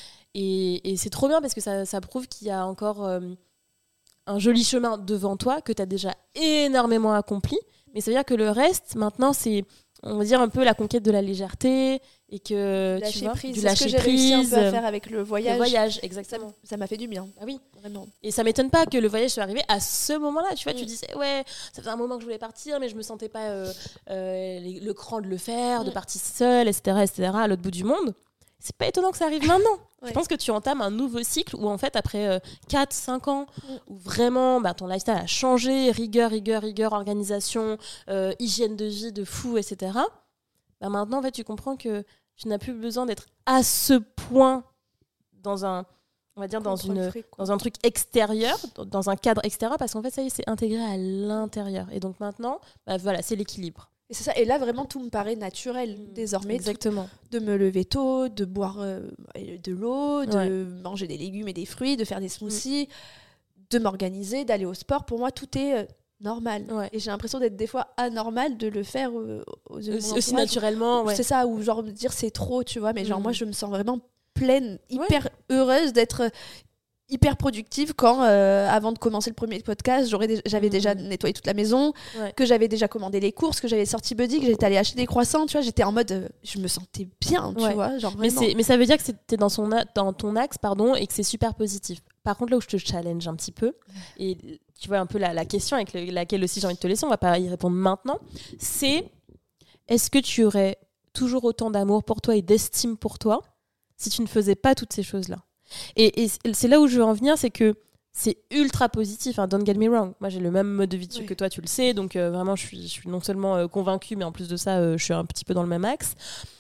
Et, et c'est trop bien parce que ça, ça prouve qu'il y a encore euh, un joli chemin devant toi, que tu as déjà énormément accompli. Mais ça veut dire que le reste, maintenant, c'est, on va dire, un peu la conquête de la légèreté et que lâcher tu vois, prise. du C'est lâcher ce que j'ai réussi prise. un peu à faire avec le voyage. Le voyage, exactement. Ça, ça m'a fait du bien. Ah oui, vraiment. Et ça m'étonne pas que le voyage soit arrivé à ce moment-là. Tu vois, mm. tu disais, ouais, ça faisait un moment que je voulais partir, mais je me sentais pas euh, euh, les, le cran de le faire, mm. de partir seule, et cetera, et cetera, à l'autre bout du monde. C'est pas étonnant que ça arrive maintenant. Ouais. Je pense que tu entames un nouveau cycle où, en fait, après euh, quatre cinq ans, mm. où vraiment bah, ton lifestyle a changé, rigueur, rigueur, rigueur, organisation, euh, hygiène de vie de fou, et cetera. Bah, maintenant, en fait, tu comprends que tu n'as plus besoin d'être à ce point dans un, on va dire, dans, une, fric, dans un truc extérieur, dans un cadre extérieur, parce qu'en fait, ça y est, c'est intégré à l'intérieur. Et donc maintenant, bah, voilà, c'est l'équilibre. Et c'est ça. Et là, vraiment, tout me paraît naturel mmh, désormais. Exactement. Tout, de me lever tôt, de boire euh, de l'eau, de ouais. manger des légumes et des fruits, de faire des smoothies, mmh. de m'organiser, d'aller au sport. Pour moi, tout est euh, normal. Ouais. Et j'ai l'impression d'être des fois anormal de le faire euh, aux yeux aussi, aussi naturellement. Ouais. C'est ça, ou genre me dire c'est trop, tu vois. Mais genre, mmh. moi, je me sens vraiment pleine, hyper ouais. heureuse d'être hyper productive quand, euh, avant de commencer le premier podcast, j'aurais dé- j'avais mmh. déjà nettoyé toute la maison, ouais. que j'avais déjà commandé les courses, que j'avais sorti Buddy, que j'étais allée acheter des croissants, tu vois, j'étais en mode, euh, je me sentais bien, tu ouais. vois, genre mais, vraiment. C'est, mais ça veut dire que c'était dans, son a- dans ton axe, pardon, et que c'est super positif. Par contre, là où je te challenge un petit peu, et tu vois un peu la, la question avec le, laquelle aussi j'ai envie de te laisser, on va pas y répondre maintenant, c'est, est-ce que tu aurais toujours autant d'amour pour toi et d'estime pour toi si tu ne faisais pas toutes ces choses-là? Et, et c'est là où je veux en venir, c'est que c'est ultra positif, hein, don't get me wrong. Moi, j'ai le même mode de vie oui. que toi, tu le sais, donc euh, vraiment, je suis, je suis non seulement euh, convaincue, mais en plus de ça, euh, je suis un petit peu dans le même axe.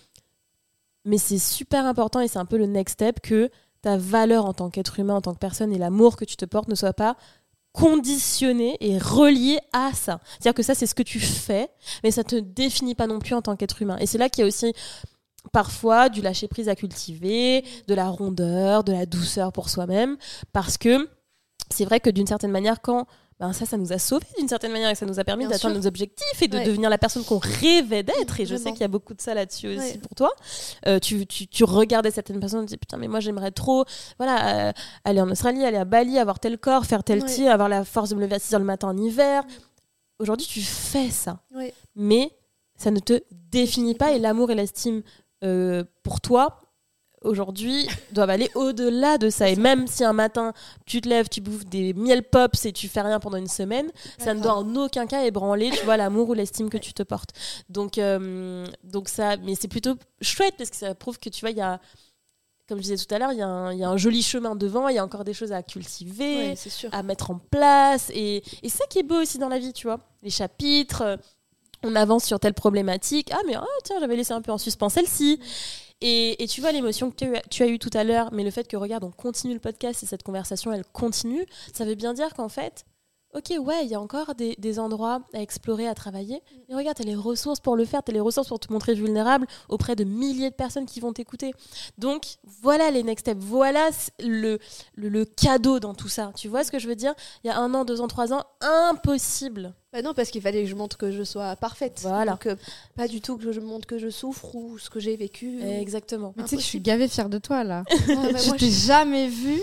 Mais c'est super important et c'est un peu le next step que ta valeur en tant qu'être humain, en tant que personne et l'amour que tu te portes ne soit pas conditionné et relié à ça. C'est-à-dire que ça, c'est ce que tu fais, mais ça te définit pas non plus en tant qu'être humain. Et c'est là qu'il y a aussi parfois du lâcher-prise à cultiver, de la rondeur, de la douceur pour soi-même, parce que c'est vrai que d'une certaine manière, quand ben ça, ça nous a sauvés d'une certaine manière et ça nous a permis Bien d'atteindre sûr. nos objectifs et de ouais. devenir la personne qu'on rêvait d'être. Et je Vraiment. sais qu'il y a beaucoup de ça là-dessus aussi ouais. pour toi. Euh, tu, tu, tu regardais certaines personnes et tu dis putain, mais moi j'aimerais trop voilà, euh, aller en Australie, aller à Bali, avoir tel corps, faire tel ouais. tir, avoir la force de me lever à six heures le matin en hiver. Aujourd'hui, tu fais ça. Ouais. Mais ça ne te définit pas et l'amour et l'estime euh, pour toi aujourd'hui doivent aller au-delà de ça. Et même si un matin tu te lèves, tu bouffes des miel pops et tu fais rien pendant une semaine, ouais, ça ne doit en aucun cas ébranler, tu vois, l'amour ou l'estime que tu te portes. Donc, euh, donc ça, mais c'est plutôt chouette parce que ça prouve que tu vois, il y a, comme je disais tout à l'heure, il y a un, il y a un joli chemin devant, il y a encore des choses à cultiver, ouais, c'est sûr. à mettre en place. Et, et c'est ça qui est beau aussi dans la vie, tu vois. Les chapitres, on avance sur telle problématique. Ah, mais oh, tiens, j'avais laissé un peu en suspens celle-ci. Et, et tu vois l'émotion que tu as, tu as eue tout à l'heure, mais le fait que, regarde, on continue le podcast et cette conversation, elle continue, ça veut bien dire qu'en fait, ok, ouais, il y a encore des, des endroits à explorer, à travailler, mais regarde, tu as les ressources pour le faire, tu as les ressources pour te montrer vulnérable auprès de milliers de personnes qui vont t'écouter. Donc, voilà les next steps, voilà le, le, le cadeau dans tout ça. Tu vois ce que je veux dire ? Il y a un an, deux ans, trois ans, impossible. Bah non, parce qu'il fallait que je montre que je sois parfaite. Voilà. Donc, euh, pas du tout que je montre que je souffre ou ce que j'ai vécu. Exactement. Mais tu sais que je suis gavée fière de toi, là. Ah, bah, je moi, t'ai je... jamais vue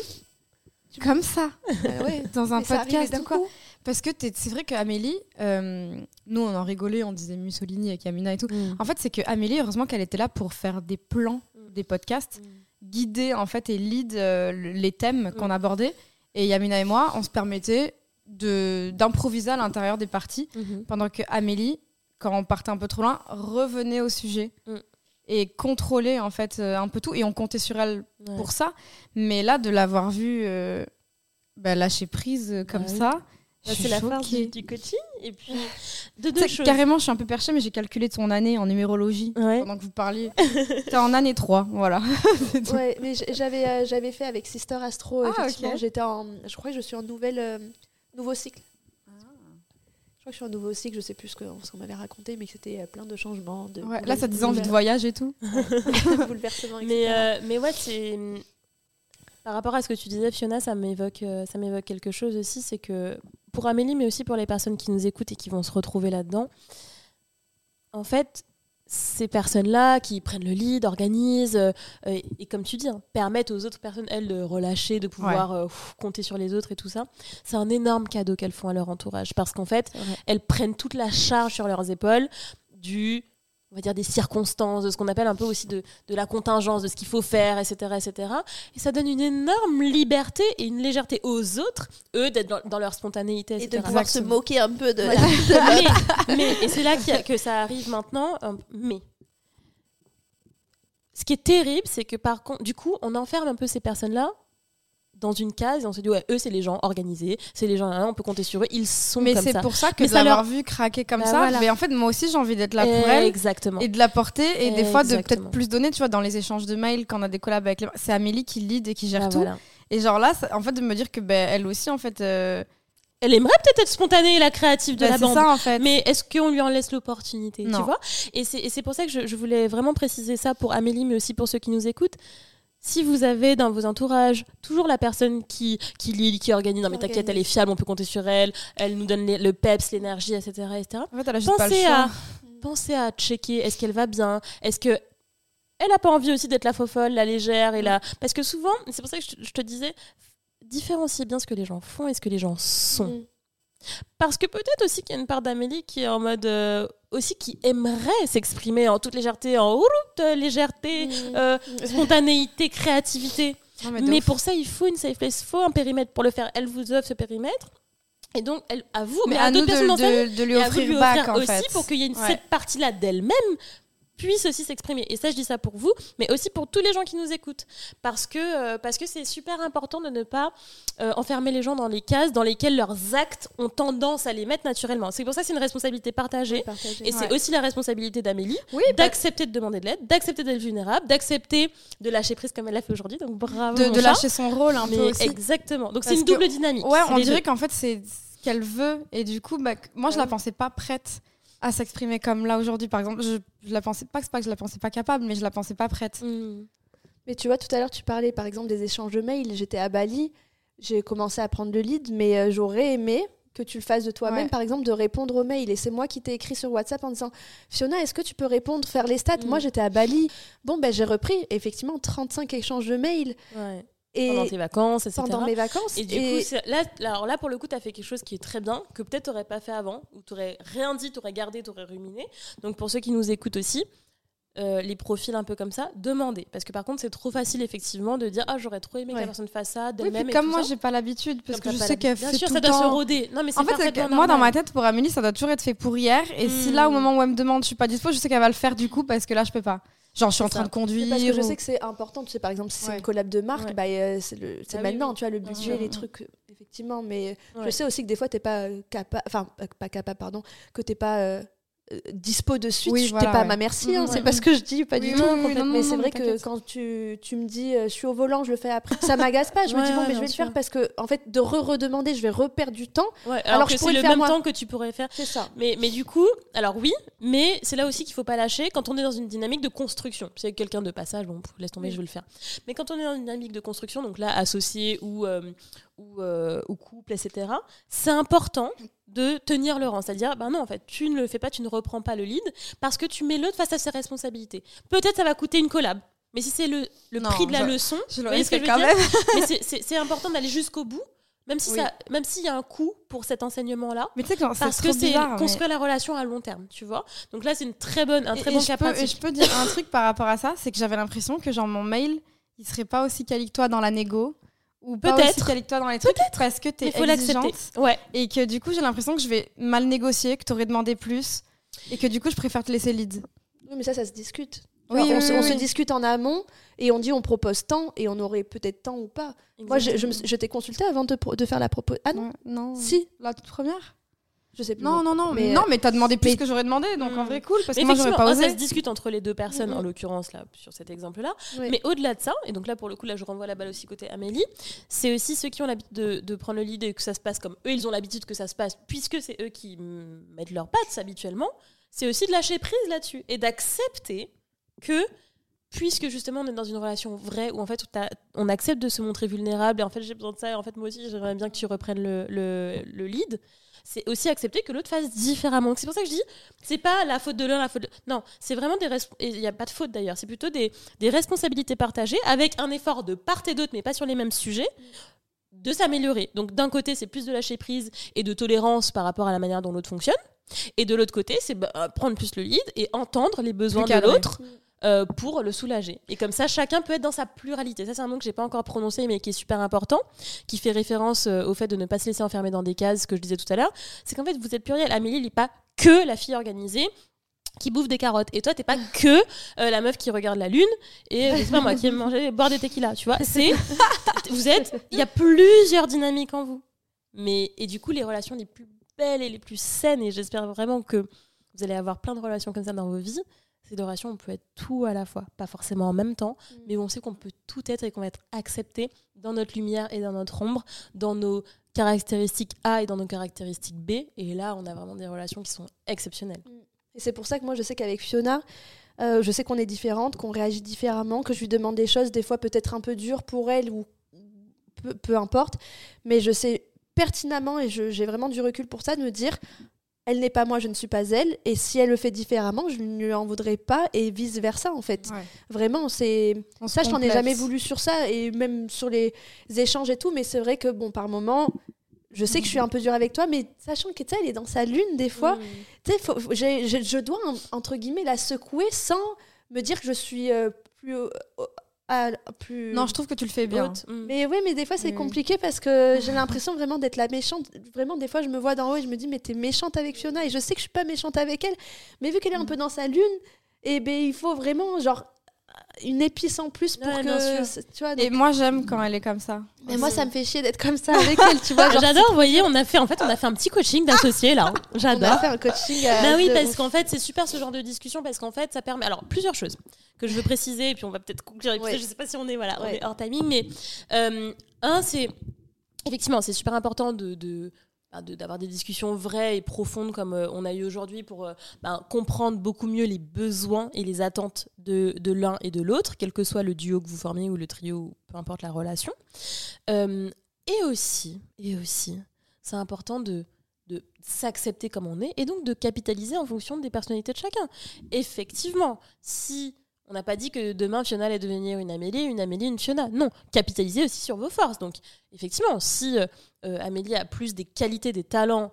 comme ça, euh, ouais. dans un podcast ou quoi. Coup. Parce que t'es, c'est vrai qu'Amélie, euh, nous on en rigolait, on disait Mussolini avec Amina et tout. Mm. En fait, c'est qu'Amélie, heureusement qu'elle était là pour faire des plans, mm. des podcasts, mm. guider en fait et lead euh, les thèmes mm. qu'on abordait. Et Yamina et moi, on se permettait de, d'improviser à l'intérieur des parties, mm-hmm. pendant que Amélie quand on partait un peu trop loin, revenait au sujet. Mm. Et contrôler en fait euh, un peu tout, et on comptait sur elle ouais. pour ça. Mais là, de l'avoir vue euh, bah, lâcher prise euh, comme ouais. ça, bah, c'est la force du, du coaching. Et puis de deux choses. Carrément, je suis un peu perchée, mais j'ai calculé ton année en numérologie ouais. pendant que vous parliez. T'es en année trois, voilà. Ouais, mais j'avais euh, j'avais fait avec Sister Astro. Ah, effectivement, okay. j'étais en, je crois que je suis en nouvelle euh, nouveau cycle. Je crois que je suis en nouveau cycle, je sais plus ce, que, ce qu'on m'avait raconté, mais que c'était plein de changements. De ouais, là, ça te disait envie de voyage et tout. Bouleversement, et cetera. Mais, euh, mais ouais, c'est... Par rapport à ce que tu disais, Fiona, ça m'évoque, ça m'évoque quelque chose aussi, c'est que pour Amélie, mais aussi pour les personnes qui nous écoutent et qui vont se retrouver là-dedans, en fait, ces personnes-là qui prennent le lead, organisent, euh, et, et comme tu dis, hein, permettent aux autres personnes, elles, de relâcher, de pouvoir ouais. euh, pff, compter sur les autres et tout ça. C'est un énorme cadeau qu'elles font à leur entourage parce qu'en fait, ouais. elles prennent toute la charge sur leurs épaules du, on va dire, des circonstances, de ce qu'on appelle un peu aussi de, de la contingence, de ce qu'il faut faire, et cetera, et cetera. Et ça donne une énorme liberté et une légèreté aux autres, eux, d'être dans, dans leur spontanéité, et cetera. Et de pouvoir Exactement. se moquer un peu de ouais. la... mais, mais, et c'est là a, que ça arrive maintenant. Mais ce qui est terrible, c'est que par contre, du coup, on enferme un peu ces personnes-là dans une case et on se dit ouais, eux c'est les gens organisés, c'est les gens là, on peut compter sur eux, ils sont mais comme ça. Mais c'est pour ça que mais de l'avoir leur... vu craquer comme bah ça, voilà. mais en fait moi aussi j'ai envie d'être là pour elle Exactement. et de la porter et, et des fois exactement. de peut-être plus donner, tu vois, dans les échanges de mails quand on a des collabs avec les... c'est Amélie qui lead et qui gère bah tout voilà. et genre là ça, en fait de me dire que bah, elle aussi en fait euh... elle aimerait peut-être être spontanée et la créative de bah, la c'est bande, ça, en fait. mais est-ce qu'on lui en laisse l'opportunité, non. tu vois, et c'est, et c'est pour ça que je, je voulais vraiment préciser ça pour Amélie mais aussi pour ceux qui nous écoutent. Si vous avez dans vos entourages toujours la personne qui, qui lit, qui organise, non mais t'inquiète, elle est fiable, on peut compter sur elle, elle nous donne les, le peps, l'énergie, et cetera, et cetera. En fait, elle a juste pensez, pas le choix. à, pensez à checker, est-ce qu'elle va bien, est-ce que elle a pas envie aussi d'être la fofolle, la légère et la... Parce que souvent, c'est pour ça que je, je te disais, différenciez bien ce que les gens font et ce que les gens sont. Mm. Parce que peut-être aussi qu'il y a une part d'Amélie qui est en mode euh, aussi qui aimerait s'exprimer en toute légèreté, en route, légèreté, mmh. euh, spontanéité, créativité. Non, mais, mais pour ça, il faut une safe place, il faut un périmètre pour le faire. Elle vous offre ce périmètre. Et donc, elle, à vous, mais, mais à, à d'autres personnes dans sa vie, de lui offrir, lui offrir back, aussi en fait. Pour qu'il y ait une, ouais. cette partie-là d'elle-même puisse aussi s'exprimer. Et ça, je dis ça pour vous, mais aussi pour tous les gens qui nous écoutent. Parce que, euh, parce que c'est super important de ne pas euh, enfermer les gens dans les cases dans lesquelles leurs actes ont tendance à les mettre naturellement. C'est pour ça que c'est une responsabilité partagée. Oui, partagée. Et ouais. c'est aussi la responsabilité d'Amélie oui, d'accepter bah... de demander de l'aide, d'accepter d'être vulnérable, d'accepter de lâcher prise comme elle l'a fait aujourd'hui. Donc bravo. De, de lâcher son rôle un mais peu aussi. Exactement. Donc parce c'est une que, double dynamique. Ouais, c'est on dirait deux. Qu'en fait, c'est ce qu'elle veut. Et du coup, bah, moi, je ouais. la pensais pas prête à s'exprimer comme là aujourd'hui, par exemple. Je, je la pensais pas, c'est pas que je la pensais pas capable, mais je la pensais pas prête. Mmh. Mais tu vois, tout à l'heure, tu parlais par exemple des échanges de mails. J'étais à Bali, j'ai commencé à prendre le lead, mais euh, j'aurais aimé que tu le fasses de toi-même, ouais. par exemple, de répondre aux mails. Et c'est moi qui t'ai écrit sur WhatsApp en disant Fiona, est-ce que tu peux répondre, faire les stats ? mmh. Moi, j'étais à Bali. Bon, ben, j'ai repris effectivement trente-cinq échanges de mails. Ouais. Et pendant tes vacances, et cetera. Pendant mes vacances. Et du et... coup, c'est, là, alors là, pour le coup, tu as fait quelque chose qui est très bien, que peut-être tu n'aurais pas fait avant, ou tu n'aurais rien dit, tu aurais gardé, tu aurais ruminé. Donc, pour ceux qui nous écoutent aussi, euh, les profils un peu comme ça, demandez. Parce que par contre, c'est trop facile, effectivement, de dire « Ah, j'aurais trop aimé ouais. que la personne fasse ça, d'elle-même. » Oui, comme moi, ça. j'ai pas l'habitude, parce comme que je sais qu'elle Bien fait sûr, tout ça le doit temps... se rôder. Non, mais c'est en fait, que, moi, dans ma tête, pour Amélie, ça doit toujours être fait pour hier. Et mmh. si là, au moment où elle me demande, je suis pas dispo, je sais qu'elle va le faire du coup, parce que là, je peux pas. Genre, je suis c'est en train ça. de conduire. Parce que ou... je sais que c'est important. Tu sais, par exemple, si ouais. c'est une collab de marque, ouais. bah, euh, c'est, le, c'est ah, maintenant, oui, oui. tu vois, le budget, mmh. les trucs, effectivement. Mais ouais. je sais aussi que des fois, t'es pas capable, enfin, pas capable, pardon, que t'es pas euh, dispo de suite. Oui, voilà, t'es pas à ma merci, hein, mmh, c'est ouais. pas ce que je dis, pas oui, du oui, tout. Oui, non, non, mais non, c'est non, vrai que quand tu, tu me dis, euh, je suis au volant, je le fais après, ça m'agace pas. Je ouais, me dis, bon, ouais, mais je vais le faire parce que, en fait, de re-redemander, je vais reperdre du temps. Ouais, alors, alors que je c'est le, le même moi. temps que tu pourrais faire. C'est ça. Mais, mais du coup, alors oui, mais c'est là aussi qu'il faut pas lâcher quand on est dans une dynamique de construction. Si c'est quelqu'un de passage, bon, laisse tomber, oui. je vais le faire. Mais quand on est dans une dynamique de construction, donc là, associé ou, euh, ou, euh, ou couple, et cetera, c'est important de tenir le rang, c'est-à-dire ben non en fait tu ne le fais pas, tu ne reprends pas le lead parce que tu mets l'autre face à ses responsabilités. Peut-être ça va coûter une collab, mais si c'est le, le non, prix de la je, leçon, je le risque quand même. Mais c'est, c'est, c'est important d'aller jusqu'au bout, même si oui. ça, même s'il y a un coût pour cet enseignement-là, mais tu sais que parce c'est que c'est bizarre, construire mais... la relation à long terme, tu vois. Donc là c'est une très bonne, un très et, bon et cas peux, pratique. Et je peux dire un truc par rapport à ça, c'est que j'avais l'impression que genre mon mail, il serait pas aussi quali que toi dans la négo. Ou pas peut-être aussi quali que toi dans les trucs peut-être. Parce que t'es il faut exigeante l'accepter. Ouais. Et que du coup j'ai l'impression que je vais mal négocier, que t'aurais demandé plus, Et que du coup, je préfère te laisser lead. Oui, mais ça, ça se discute. Oui, Enfin, oui, on, se, oui, on oui. se discute en amont et on dit on propose tant et on aurait peut-être tant ou pas. Exactement. Moi, je, je, me, je t'ai consulté avant de, de faire la proposition. Ah non, ouais, non. Si. La toute première. Je sais plus. Non, non, non, mais non, mais t'as demandé plus mais... que j'aurais demandé, donc mmh. en vrai, cool, parce que moi, j'aurais pas osé. Ça se discute entre les deux personnes, mmh. en l'occurrence, là, sur cet exemple-là. Oui. Mais au-delà de ça, et donc là, pour le coup, là, je renvoie la balle aussi côté Amélie, c'est aussi ceux qui ont l'habitude de, de prendre le lead et que ça se passe comme eux, ils ont l'habitude que ça se passe, puisque c'est eux qui m- mettent leurs pattes habituellement, c'est aussi de lâcher prise là-dessus et d'accepter que, puisque justement on est dans une relation vraie où en fait on accepte de se montrer vulnérable et en fait j'ai besoin de ça et en fait moi aussi j'aimerais bien que tu reprennes le, le, le lead, c'est aussi accepter que l'autre fasse différemment. C'est pour ça que je dis, c'est pas la faute de l'un, la faute de... Non, c'est vraiment des... Resp... Et il n'y a pas de faute d'ailleurs, c'est plutôt des, des responsabilités partagées avec un effort de part et d'autre, mais pas sur les mêmes sujets, de s'améliorer. Donc d'un côté, c'est plus de lâcher prise et de tolérance par rapport à la manière dont l'autre fonctionne. Et de l'autre côté, c'est bah, prendre plus le lead et entendre les besoins de l'autre euh, pour le soulager. Et comme ça, chacun peut être dans sa pluralité. Ça, c'est un mot que j'ai pas encore prononcé, mais qui est super important, qui fait référence euh, au fait de ne pas se laisser enfermer dans des cases, ce que je disais tout à l'heure. C'est qu'en fait, vous êtes pluriel. Amélie, elle n'est pas que la fille organisée qui bouffe des carottes. Et toi, t'es pas que euh, la meuf qui regarde la lune et, je sais pas moi, qui aime manger, boire des tequilas, tu vois. C'est, vous êtes, il y a plusieurs dynamiques en vous. Mais, et du coup, les relations les plus belles et les plus saines, et j'espère vraiment que vous allez avoir plein de relations comme ça dans vos vies, c'est des relations où on peut être tout à la fois, pas forcément en même temps, mmh. mais où on sait qu'on peut tout être et qu'on va être accepté dans notre lumière et dans notre ombre, dans nos caractéristiques A et dans nos caractéristiques B, et là on a vraiment des relations qui sont exceptionnelles. Et c'est pour ça que moi je sais qu'avec Fiona, euh, je sais qu'on est différentes, qu'on réagit différemment, que je lui demande des choses des fois peut-être un peu dures pour elle ou peu, peu importe, mais je sais pertinemment, et je, j'ai vraiment du recul pour ça, de me dire elle n'est pas moi, je ne suis pas elle, et si elle le fait différemment, je ne lui en voudrais pas, et vice versa en fait. Ouais. Vraiment, c'est On ça, je t'en ai jamais voulu sur ça, et même sur les échanges et tout, mais c'est vrai que bon, par moment, je sais mmh. que je suis un peu dure avec toi, mais sachant que tu sais, elle est dans sa lune des fois, mmh. tu sais, faut, faut, j'ai, j'ai, je dois entre guillemets la secouer sans me dire que je suis euh, plus euh, à, plus non, je trouve que tu le fais bien. Mmh. Mais oui, mais des fois c'est mmh. compliqué parce que j'ai l'impression vraiment d'être la méchante. Vraiment, des fois je me vois d'en haut et je me dis mais t'es méchante avec Fiona, et je sais que je suis pas méchante avec elle, mais vu qu'elle est mmh. un peu dans sa lune, et ben il faut vraiment genre une épice en plus pour ouais, que tu vois. Donc... Et moi j'aime quand elle est comme ça. Mais moi ça me fait chier d'être comme ça avec elle, tu vois. Genre, j'adore, vous voyez, on a fait en fait on a fait un petit coaching d'associés là. J'adore. On a fait un coaching. Euh, bah oui, de... parce qu'en fait c'est super ce genre de discussion parce qu'en fait ça permet alors plusieurs choses que je veux préciser et puis on va peut-être conclure. Ouais. Je sais pas si on est voilà, ouais. on est hors timing, mais euh, un c'est effectivement c'est super important de, de De, d'avoir des discussions vraies et profondes comme euh, on a eu aujourd'hui pour euh, ben, comprendre beaucoup mieux les besoins et les attentes de, de l'un et de l'autre, quel que soit le duo que vous formez ou le trio, ou peu importe la relation. Euh, et aussi, et aussi, c'est important de, de s'accepter comme on est et donc de capitaliser en fonction des personnalités de chacun. Effectivement, si... On n'a pas dit que demain, Fiona allait devenir une Amélie, une Amélie, une Fiona. Non, capitalisez aussi sur vos forces. Donc, effectivement, si euh, Amélie a plus des qualités, des talents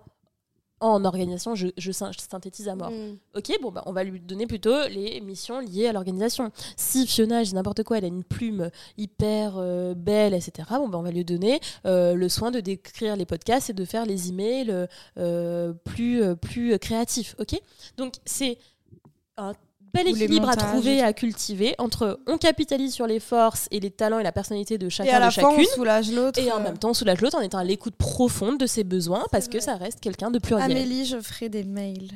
en organisation, je, je, je synthétise à mort. Mm. Ok, bon, bah, on va lui donner plutôt les missions liées à l'organisation. Si Fiona, je dis n'importe quoi, elle a une plume hyper euh, belle, et cetera, bon, bah, on va lui donner euh, le soin de décrire les podcasts et de faire les emails euh, plus, euh, plus créatifs. Ok ? Donc, c'est un bel équilibre à trouver et à cultiver entre on capitalise sur les forces et les talents et la personnalité de chacun, et à la de chacune, fois on soulage l'autre et en même temps on soulage l'autre en étant à l'écoute profonde de ses besoins parce c'est que vrai. Ça reste quelqu'un de pluriel. Amélie, je ferai des mails.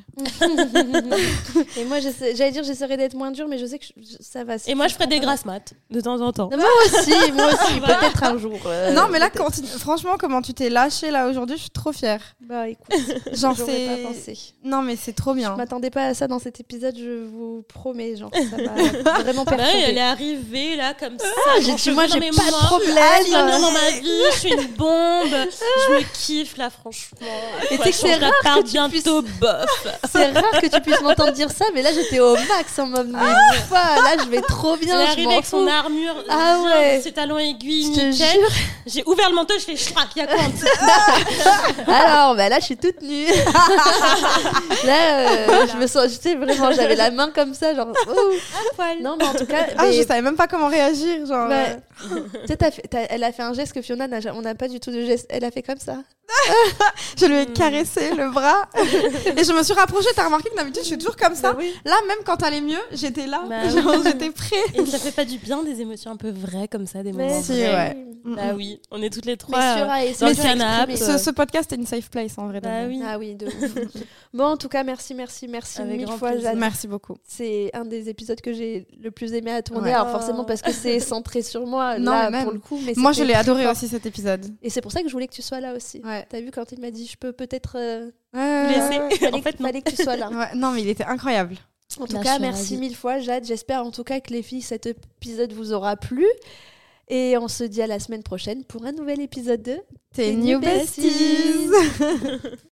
Et moi j'allais dire j'essaierai d'être moins dure, mais je sais que je, ça va. Et moi je ferai des grasses maths de temps en temps. Non, moi aussi, moi aussi, voilà. Peut-être un jour. Euh, non mais là quand tu, franchement comment tu t'es lâchée là aujourd'hui, je suis trop fière. Bah écoute, genre c'est pas pensé. Non mais c'est trop bien. Je m'attendais pas à ça dans cet épisode, je vous promets, genre. Ça m'a vraiment perturbée. Ouais, elle est arrivée là comme ça. Ah, j'ai dit, moi j'ai pas mois, de problème. Je suis bien dans ma vie, je suis une bombe. Je me kiffe là, franchement. Et tu sais que c'est rare que tu bientôt puisses... bof. C'est rare que tu puisses m'entendre dire ça, mais là j'étais au max en mode ah là je vais trop bien. Elle est arrivée avec son armure, ah ouais, ses talons aiguilles, nickel. J'ai ouvert le manteau, je fais schrac, il y a quoi en dessous. Alors bah là je suis toute nue. Là euh, je me sens, tu sais vraiment, j'avais la main comme comme ça, genre. Oh. Non, mais en tout cas. Ah, mais... je savais même pas comment réagir. Genre, bah, euh... tu sais, t'as fait, t'as, elle a fait un geste que Fiona, n'a, on n'a pas du tout de geste. Elle a fait comme ça. Je lui ai caressé le bras et je me suis rapprochée. T'as remarqué que d'habitude je suis toujours comme ça. Bah oui. Là, même quand t'allais mieux, j'étais là. Bah genre, oui. j'étais prête. Et ça fait pas du bien des émotions un peu vraies comme ça, des Mais moments si, vrais. ouais. Bah oui, on est toutes les Mais trois sur, euh, et dans le sur canapé. exprimer. Ce, ce podcast est une safe place en vrai. Bah Daniel. oui. Ah oui, de ouf. Bon, en tout cas, merci, merci, merci Avec mille grand fois, plaisir. Jade. Merci beaucoup. C'est un des épisodes que j'ai le plus aimé à tourner. Ouais. Alors forcément parce que c'est centré sur moi, Non, là, mais même. pour le coup. Mais Moi, je c'était l'ai très adoré fort. aussi cet épisode. Et c'est pour ça que je voulais que tu sois là aussi. Ouais. T'as vu quand il m'a dit, je peux peut-être... euh, Ouais, Laisser. ouais, fallait, En fait, non. fallait que tu sois là. ouais. Non, mais il était incroyable. En tout Bah, je cas, suis merci ravie. mille fois, Jade. J'espère en tout cas que les filles, cet épisode vous aura plu. Et on se dit à la semaine prochaine pour un nouvel épisode de T'es Tes new New Besties. besties.